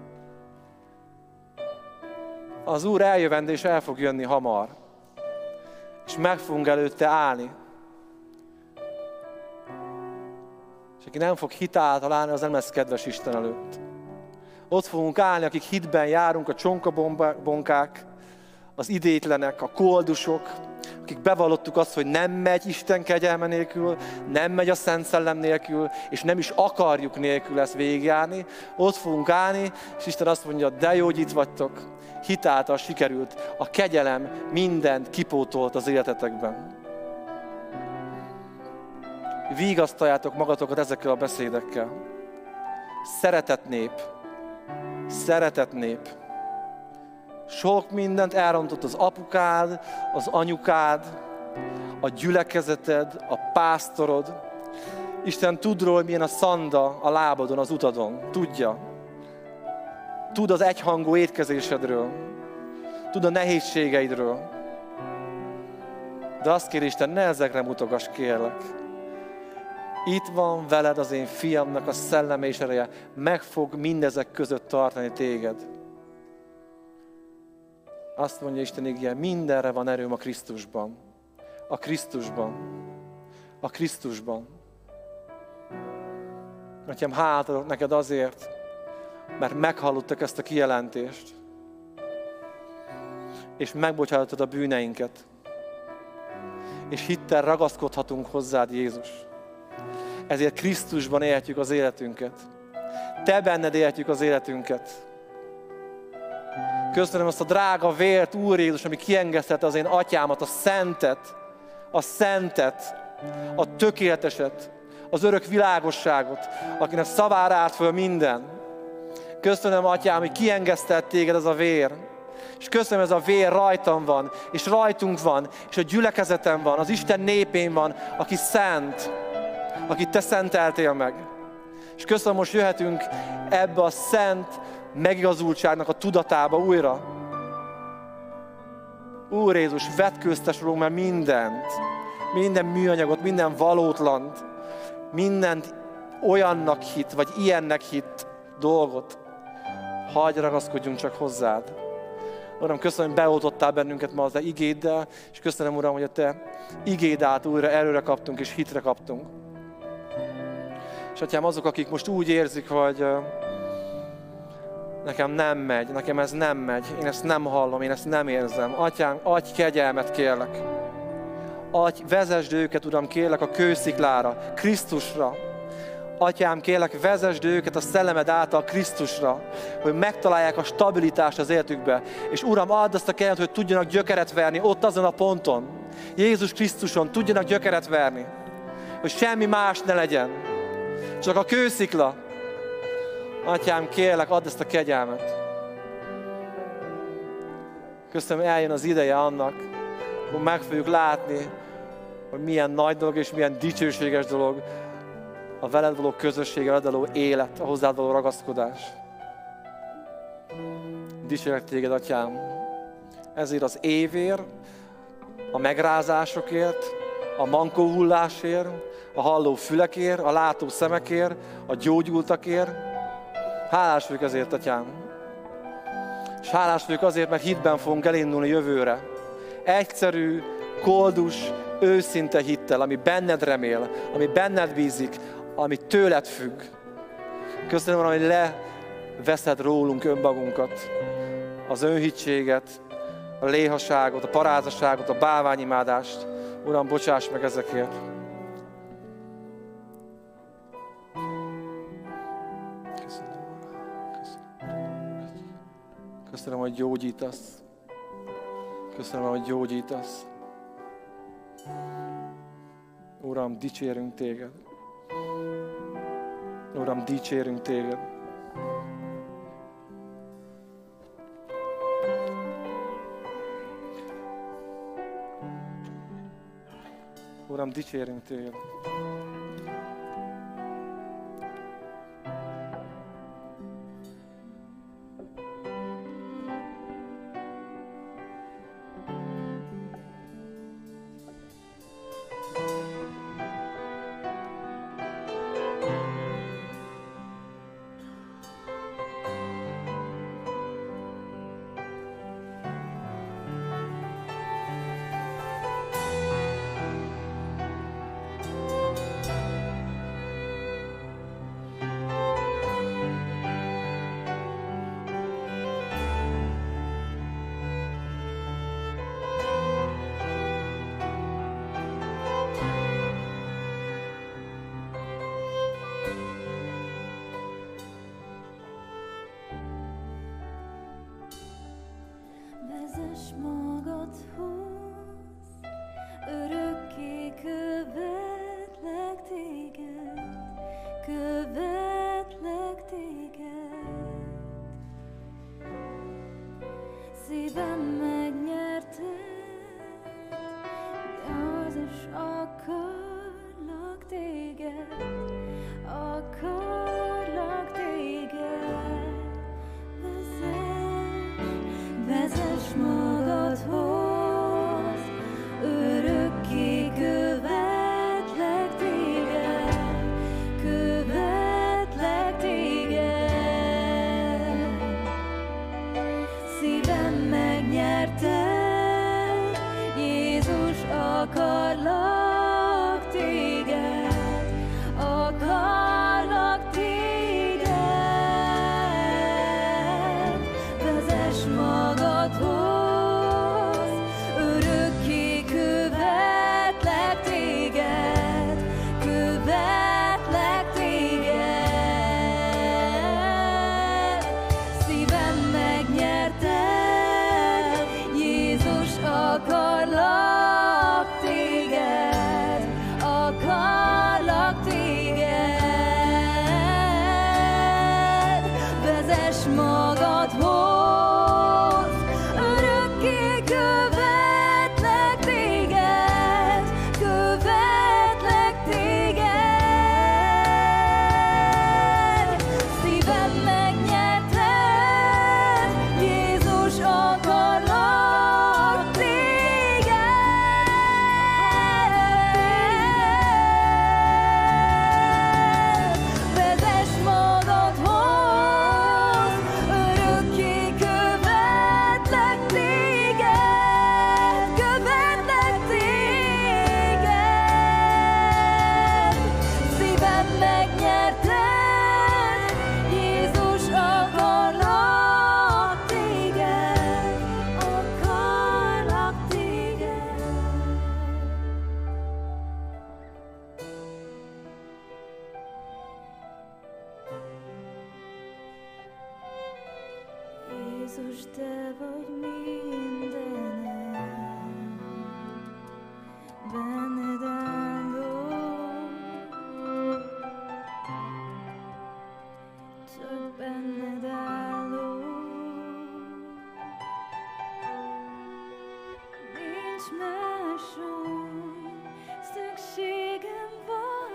Az Úr eljövendő és el fog jönni hamar. És meg fogunk előtte állni. És aki nem fog hit által állni, az nem lesz kedves Isten előtt. Ott fogunk állni, akik hitben járunk, a csonkabonkák, az idétlenek, a koldusok, akik bevallottuk azt, hogy nem megy Isten kegyelme nélkül, nem megy a Szent Szellem nélkül, és nem is akarjuk nélkül ezt végigjárni. Ott fogunk állni, és Isten azt mondja, de jó, hogy itt vagytok. Hit által sikerült, a kegyelem mindent kipótolt az életetekben. Vigasztaljátok magatokat ezekkel a beszédekkel. Szeretett nép. Szeretett nép. Sok mindent elrontott az apukád, az anyukád, a gyülekezeted, a pásztorod. Isten tud róla, milyen a szanda a lábadon, az utadon. Tudja. Tud az egyhangú étkezésedről. Tud a nehézségeidről. De azt kér Isten, ne ezekre mutogass, kérlek. Itt van veled az én fiamnak a szelleme és ereje. Meg fog mindezek között tartani téged. Azt mondja Isten igéje, mindenre van erőm a Krisztusban. A Krisztusban. A Krisztusban. Atyám, hálát adok neked azért, mert meghallottak ezt a kijelentést, és megbocsátottad a bűneinket, és hittel ragaszkodhatunk hozzád, Jézus. Ezért Krisztusban élhetjük az életünket. Te benned élhetjük az életünket. Köszönöm azt a drága vért, Úr Jézus, ami kiengesztette az én atyámat, a szentet, a tökéleteset, az örök világosságot, akinek szavára állt föl minden. Köszönöm, atyám, hogy kiengesztett téged ez a vér. És köszönöm, ez a vér rajtam van, és rajtunk van, és a gyülekezetem van, az Isten népén van, aki szent, akit te szenteltél meg. És köszönöm, most jöhetünk ebbe a szent megigazultságnak a tudatába újra. Úr Jézus, vetkőztes rólunk már mindent, minden műanyagot, minden valótlant, mindent olyannak hit, vagy ilyennek hit dolgot. Hagyj, ragaszkodjunk csak hozzád. Uram, köszönöm, hogy beoltottál bennünket ma az te igéddel, és köszönöm, Uram, hogy a te igéd át újra erőre kaptunk, és hitre kaptunk. És atyám, azok, akik most úgy érzik, hogy nekem nem megy, nekem ez nem megy, én ezt nem hallom, én ezt nem érzem. Atyám, adj kegyelmet, kérlek. Adj, vezesd őket, Uram, kérlek a kősziklára, Krisztusra. Atyám, kérlek, vezesd őket a szellemed által Krisztusra, hogy megtalálják a stabilitást az életükbe. És Uram, add azt a kegyelmet, hogy tudjanak gyökeret verni ott azon a ponton. Jézus Krisztuson tudjanak gyökeret verni. Hogy semmi más ne legyen. Csak a kőszikla. Atyám, kérlek, add ezt a kegyelmet. Köszönöm, eljön az ideje annak, hogy meg fogjuk látni, hogy milyen nagy dolog és milyen dicsőséges dolog a veled való közösség, a veled való élet, a hozzád való ragaszkodás. Dicsérlek téged, atyám, ezért az évért, a megrázásokért, a mankó hullásért, a halló fülekért, a látó szemekért, a gyógyultakért. Hálás vagyok ezért, atyám. És hálás vagyok azért, mert hitben fogunk elindulni jövőre. Egyszerű, koldus, őszinte hittel, ami benned remél, ami benned bízik, ami tőled függ. Köszönöm, Uram, hogy leveszed rólunk önmagunkat, az önhitséget, a léhaságot, a parázaságot, a bálványimádást. Uram, bocsáss meg ezekért. Köszönöm, hogy gyógyítasz. Köszönöm, hogy gyógyítasz. Uram, dicsérünk téged. Uram, dicsérünk téged. Uram, dicsérünk téged. Vezess magadhoz, örökké követlek téged, követlek téged. Szívem megnyerted, az is akarlak téged, akarlak téged. Vezess magadhoz, örökké követlek téged, követlek téged. Szívem megnyerted, Jézus, akarlak téged, akarlak téged. Vezess magadhoz, örökké követlek téged, követlek téged. Szívem megnyerted, Jézus, akarlak téged, akarlak téged. Vezess magadhoz, örökké követlek téged, követlek téged. Szívem megnyerted, Jézus, akarlak téged. Vezess magadhoz, örökké követlek téged, követlek téged. Szívem megnyerted, Jézus, akarlak téged, akarlak téged. Jézus, te vagy mindenem, benned állok, csak benned állok. Nincs máson, szükségem van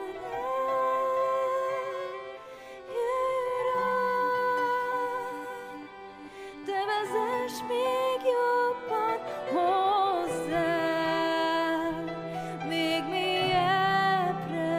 rád. Jöjj, Uram, te vezess még jobban hozzám, még mélyebbre.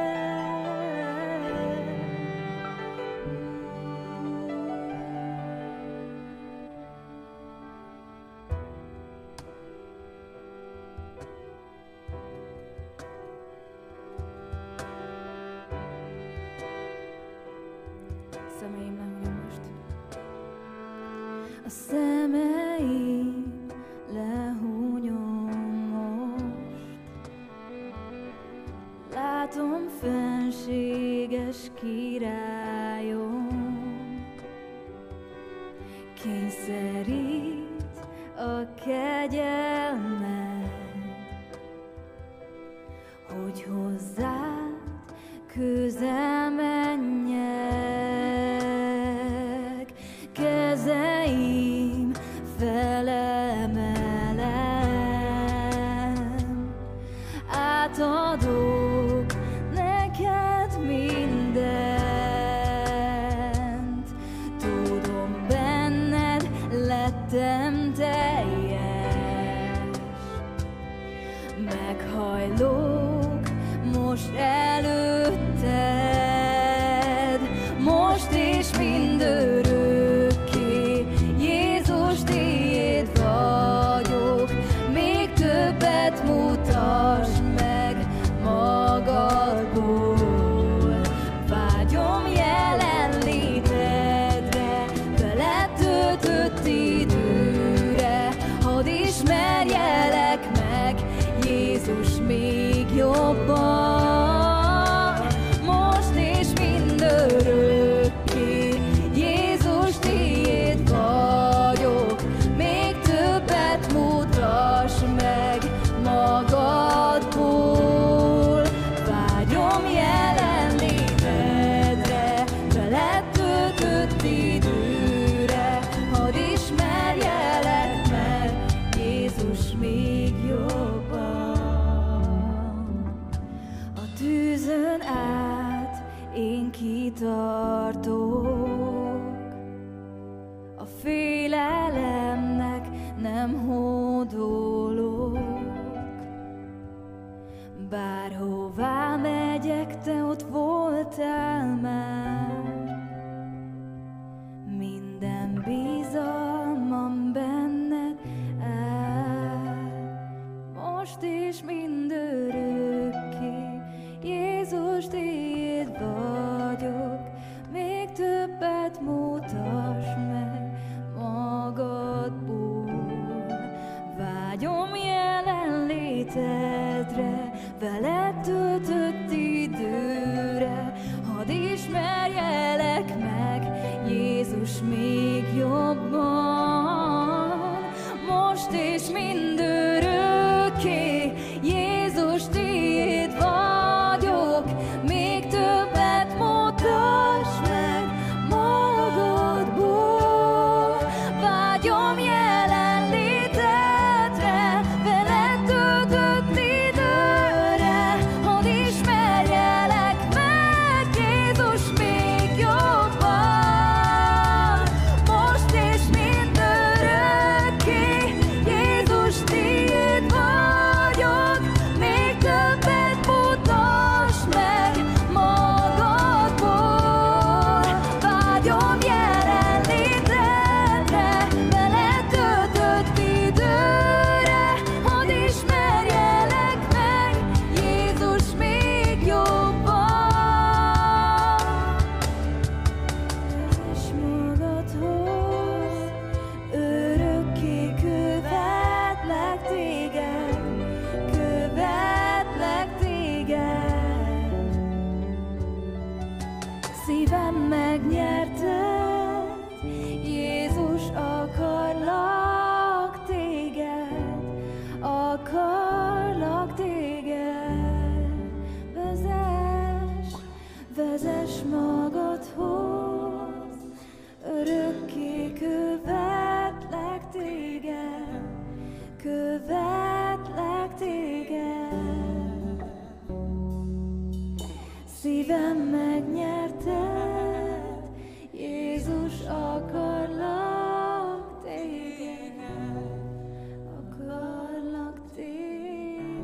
Szemeim lehúnyom most. A szemeim lehúnyom most. Látom fenséges királyom, kényszerít a kegyelmed, hogy hozzád közel menjek. Kezeim felemelem, átadok neked mindent. Tudom, benned lettem teljes, meghajlok most előtted, most és mindörökké. Jézus, tiéd vagyok, még többet mutasd meg magadból. Vágyom jelenlétedre, veled töltött időre, hadd ismerjelek meg, Jézus, még jobban, most és mindörökké. Jézus, tiéd vagyok, még többet mutass meg magadból. Vágyom jelenlétedre, veled töltött időre, hadd ismerjelek meg, Jézus, még jobban. A tűzön át én kitartok, a félelemnek nem hódolok. Bárhová megyek, te ott voltál már, minden bizalmam benned áll. Most és mindörökké, Jézus, tiéd vagyok, még többet mutass meg magadból. Vágyom jelenlétedre, veled töltött időre, hadd ismerjelek meg, Jézus, még jobban, most és mindörökké. Jézus, tiéd vagyok, még többet mutass meg magadból. Vágyom jelenlétedre, veled töltött időre, hadd ismerjelek meg, Jézus, még jobban, most és mindörökké. Jézus, tiéd vagyok, még többet mutass meg magadból. Vágyom jelenlétedre, veled töltött időre, hadd ismerjelek meg, Jézus, még jobban. És magadhoz örökké követlek téged, követlek téged. Szívem megnyerted, Jézus, akarlak téged, akarlak téged. Vezess, vezess magadhoz, örökké követlek téged, követlek téged. Szívem megnyerted, Jézus, akarlak téged, akarlak téged.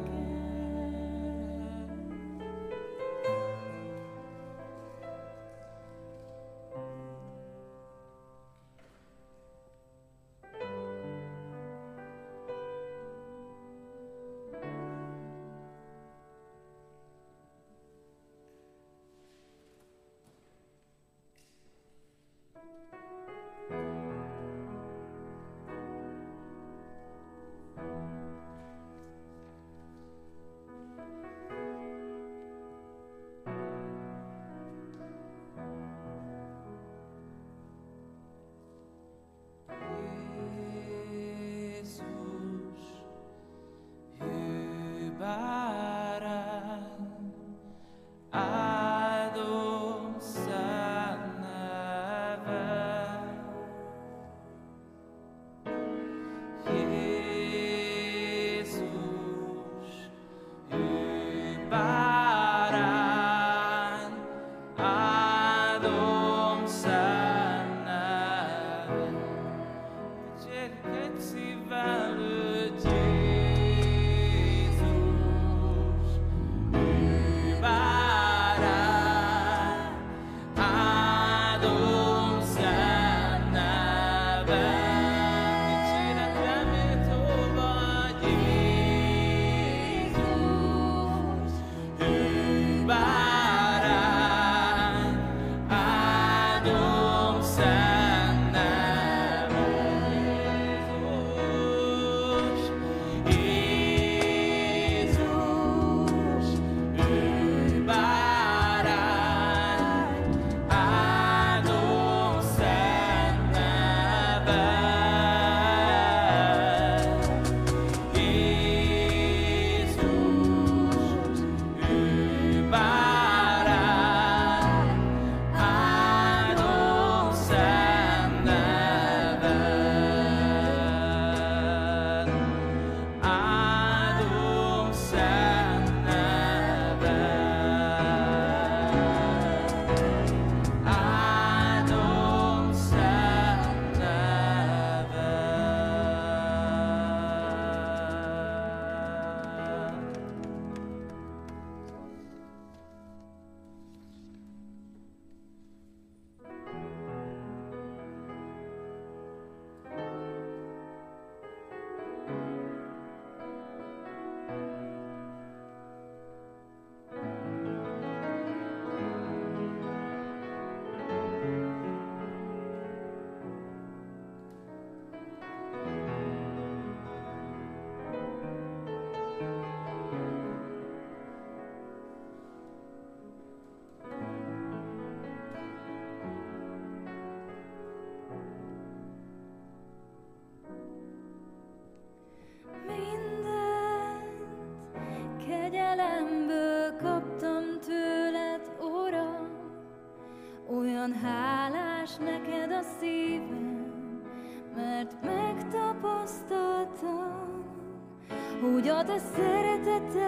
neked a szívem, mert megtapasztaltam, hogy a te szereteted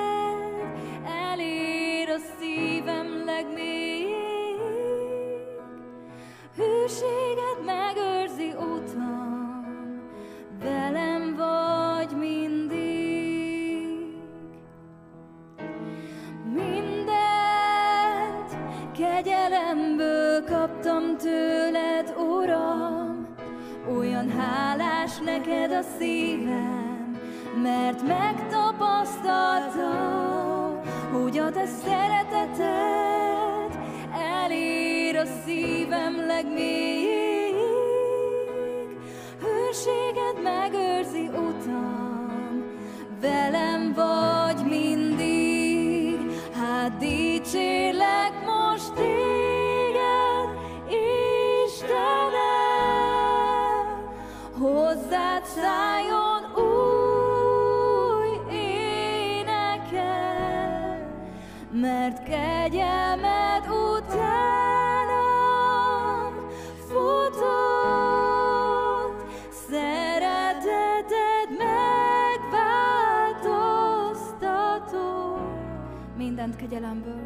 elér a szívem legmélyéig. Hűséged megőrzi utam, velem vagy mindig. Mindent kegyelemből kaptam tőled, Uram, olyan hálás neked a szívem, mert megtapasztaltam, hogy a te szereteted elér a szívem legmélyéig. Hűséged megőrzi utam, velem vagy mindig. Hát dicsérlek most téged, Istenem, hozzád szálljon új énekem, mert kegyelmed utánam futott, szereteted megváltoztató. Mindent kegyelemből,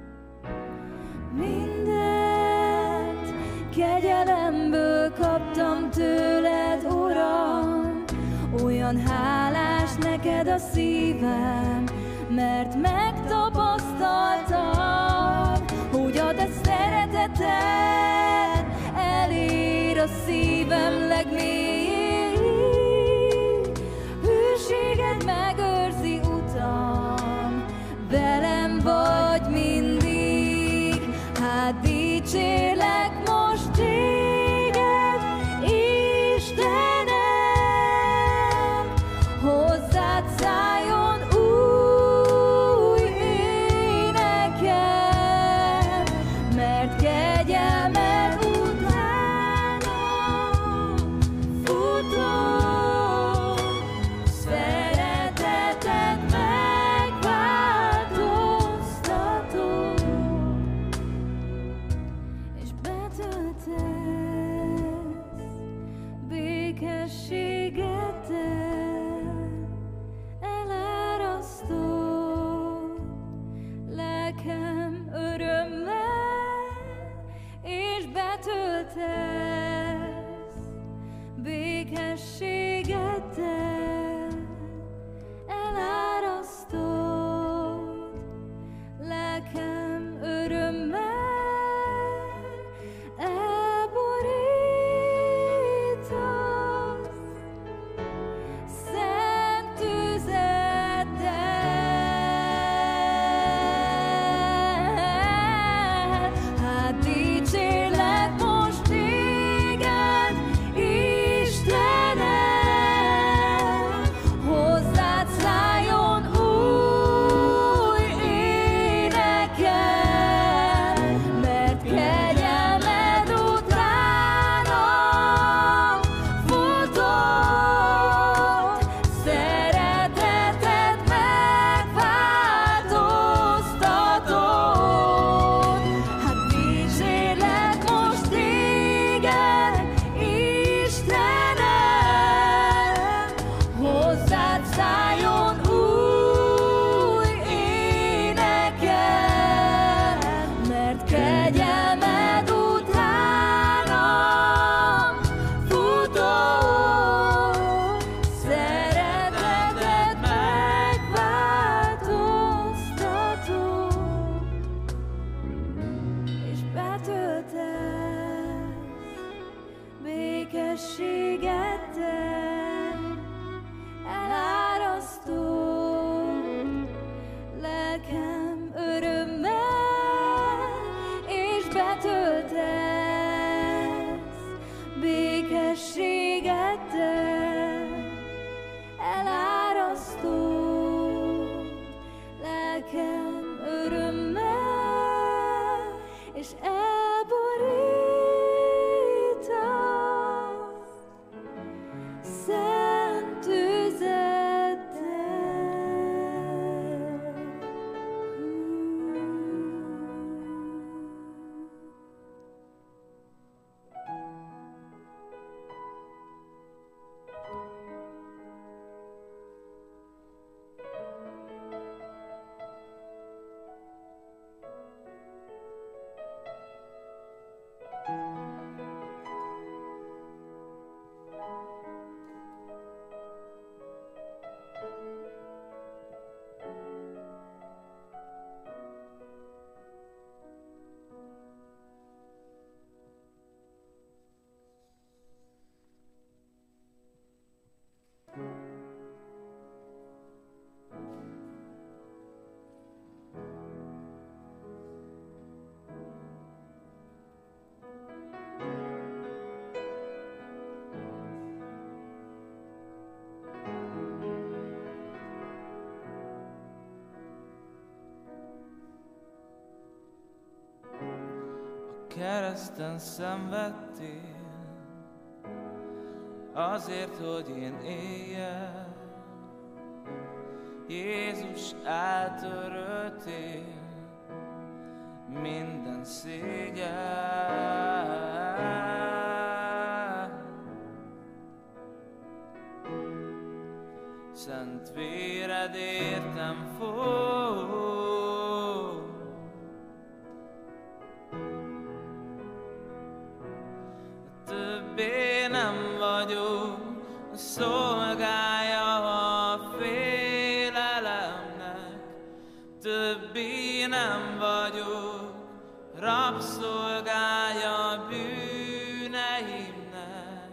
mindent kegyelemből kaptam tőled, Uram, olyan hálás neked a szívem, mert megtapasztaltam, hogy a te szereteted elér a szívem legmélyéig. Hűséged megőrzi utam, velem vagy mindig. Hát dicsérlek most téged, Istenem, hozzád szálljon új énekem, mert kegyelmed utánam futott, szereteted megváltoztató, és betöltesz békességeddel, elárasztod lelkem örömmel, és betöltesz békességeddel, elárasztod lelkem örömmel, elborítasz szent tüzeddel. Hát dicsérlek most téged, kereszten szenvedtél, azért, hogy én éljek. Jézus, eltöröltél minden szégyen. Szent véred értem fog, többé nem vagyok a szolgája a félelemnek, többé nem vagyok rabszolgája bűneimnek.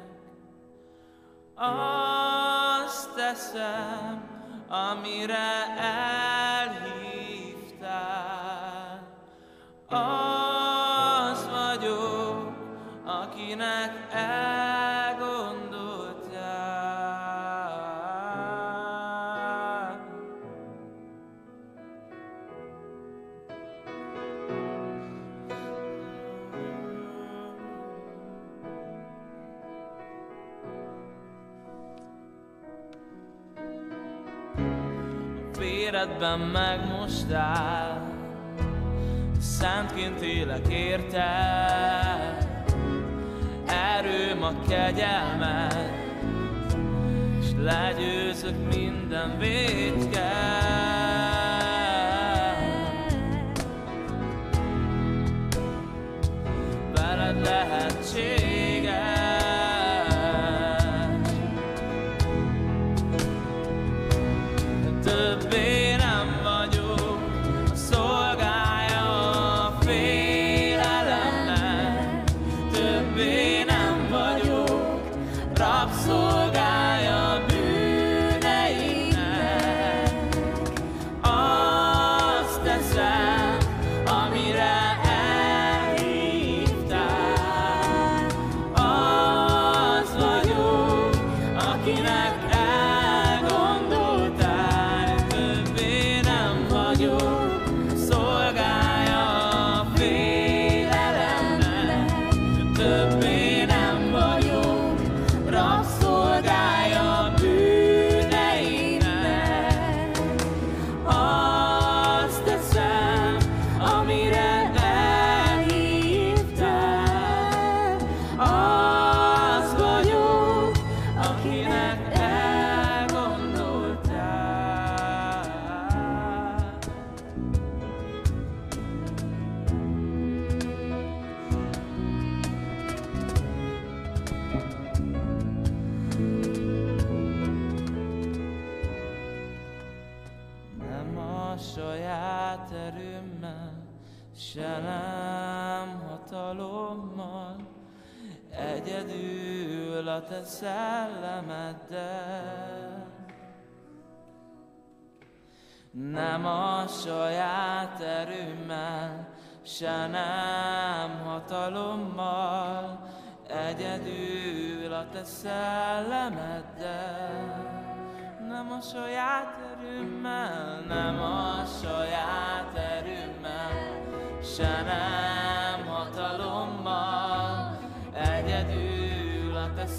Azt teszem, amire elhívtál, az vagyok, akinek elgondoltál. Véredben megmostál, szentként élek érted, erőm a kegyelmed, s legyőzök minden vétket. Veled lehetséges, többé nem vagyok a szolgája a félelemnek, többé nem vagyok rabszolgája bűneimnek. Azt teszem, amire elhívtál, az vagyok, akinek elgondoltál. Többé nem vagyok szolgája a félelemnek, többé nem vagyok rabszolgája bűneinek. Azt teszem, amire elhívtál, az vagyok, akinek elgondoltál. Nem a saját erőmmel, se nem hatalommal, egyedül a te szellemeddel. Nem a saját erőmmel, se nem hatalommal, egyedül a te szellemeddel. Nem a saját erőmmel, nem a saját erőmmel, se nem hatalommal, egyedül a te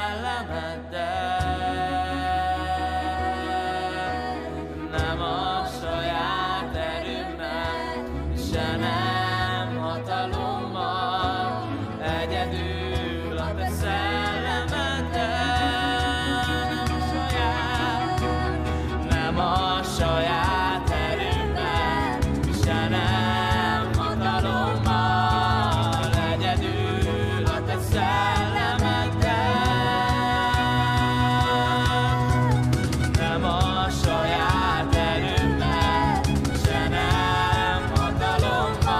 szellemeddel. Nem a saját erőmmel, se nem hatalommal, egyedül a te szellemeddel. Nem a saját erőmmel, se nem hatalommal, egyedül a te szellemeddel. Nem a saját erőmmel, se nem hatalommal,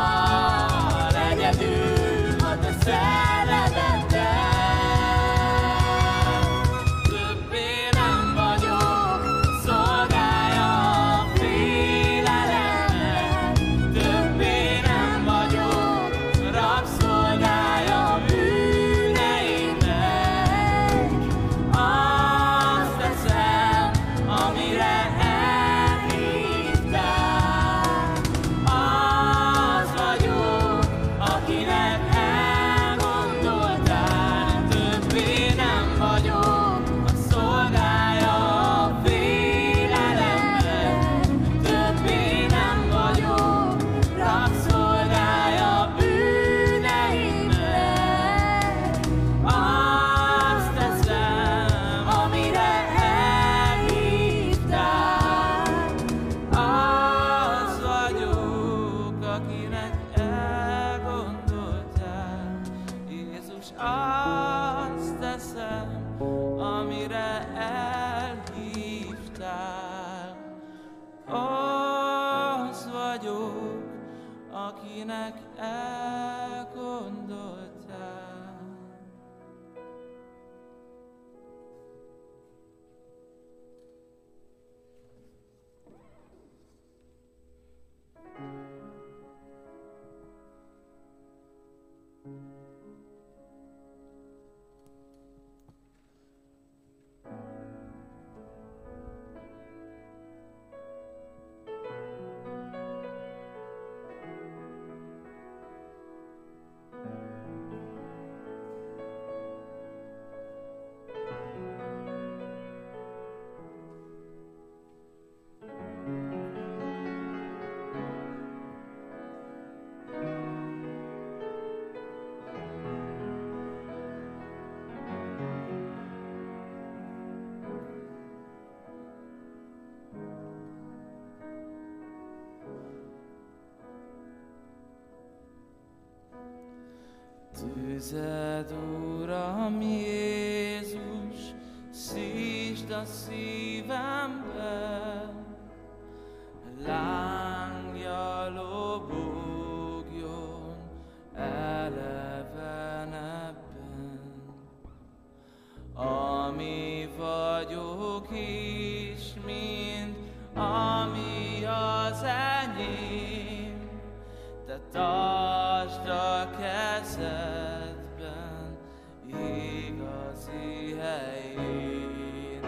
akinek elgondoltál. Tüzed, Uram Jézus, szítsd a szívembe, lángja lobogjon elevenebben. Ami vagyok is, mind ami az enyém, te tartsd a kezedben igazi helyén.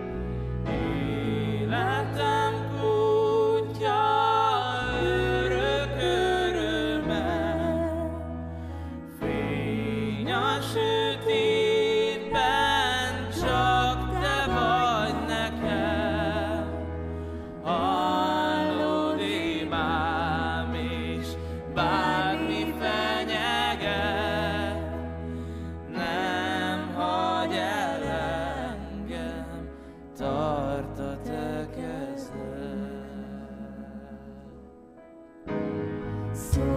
Életem kútja örök öröme, fény a sötétben, csak te vagy nekem. Hallod imám, és bármi fenyeget, nem hagy el engem, tart a te kezed. Szólj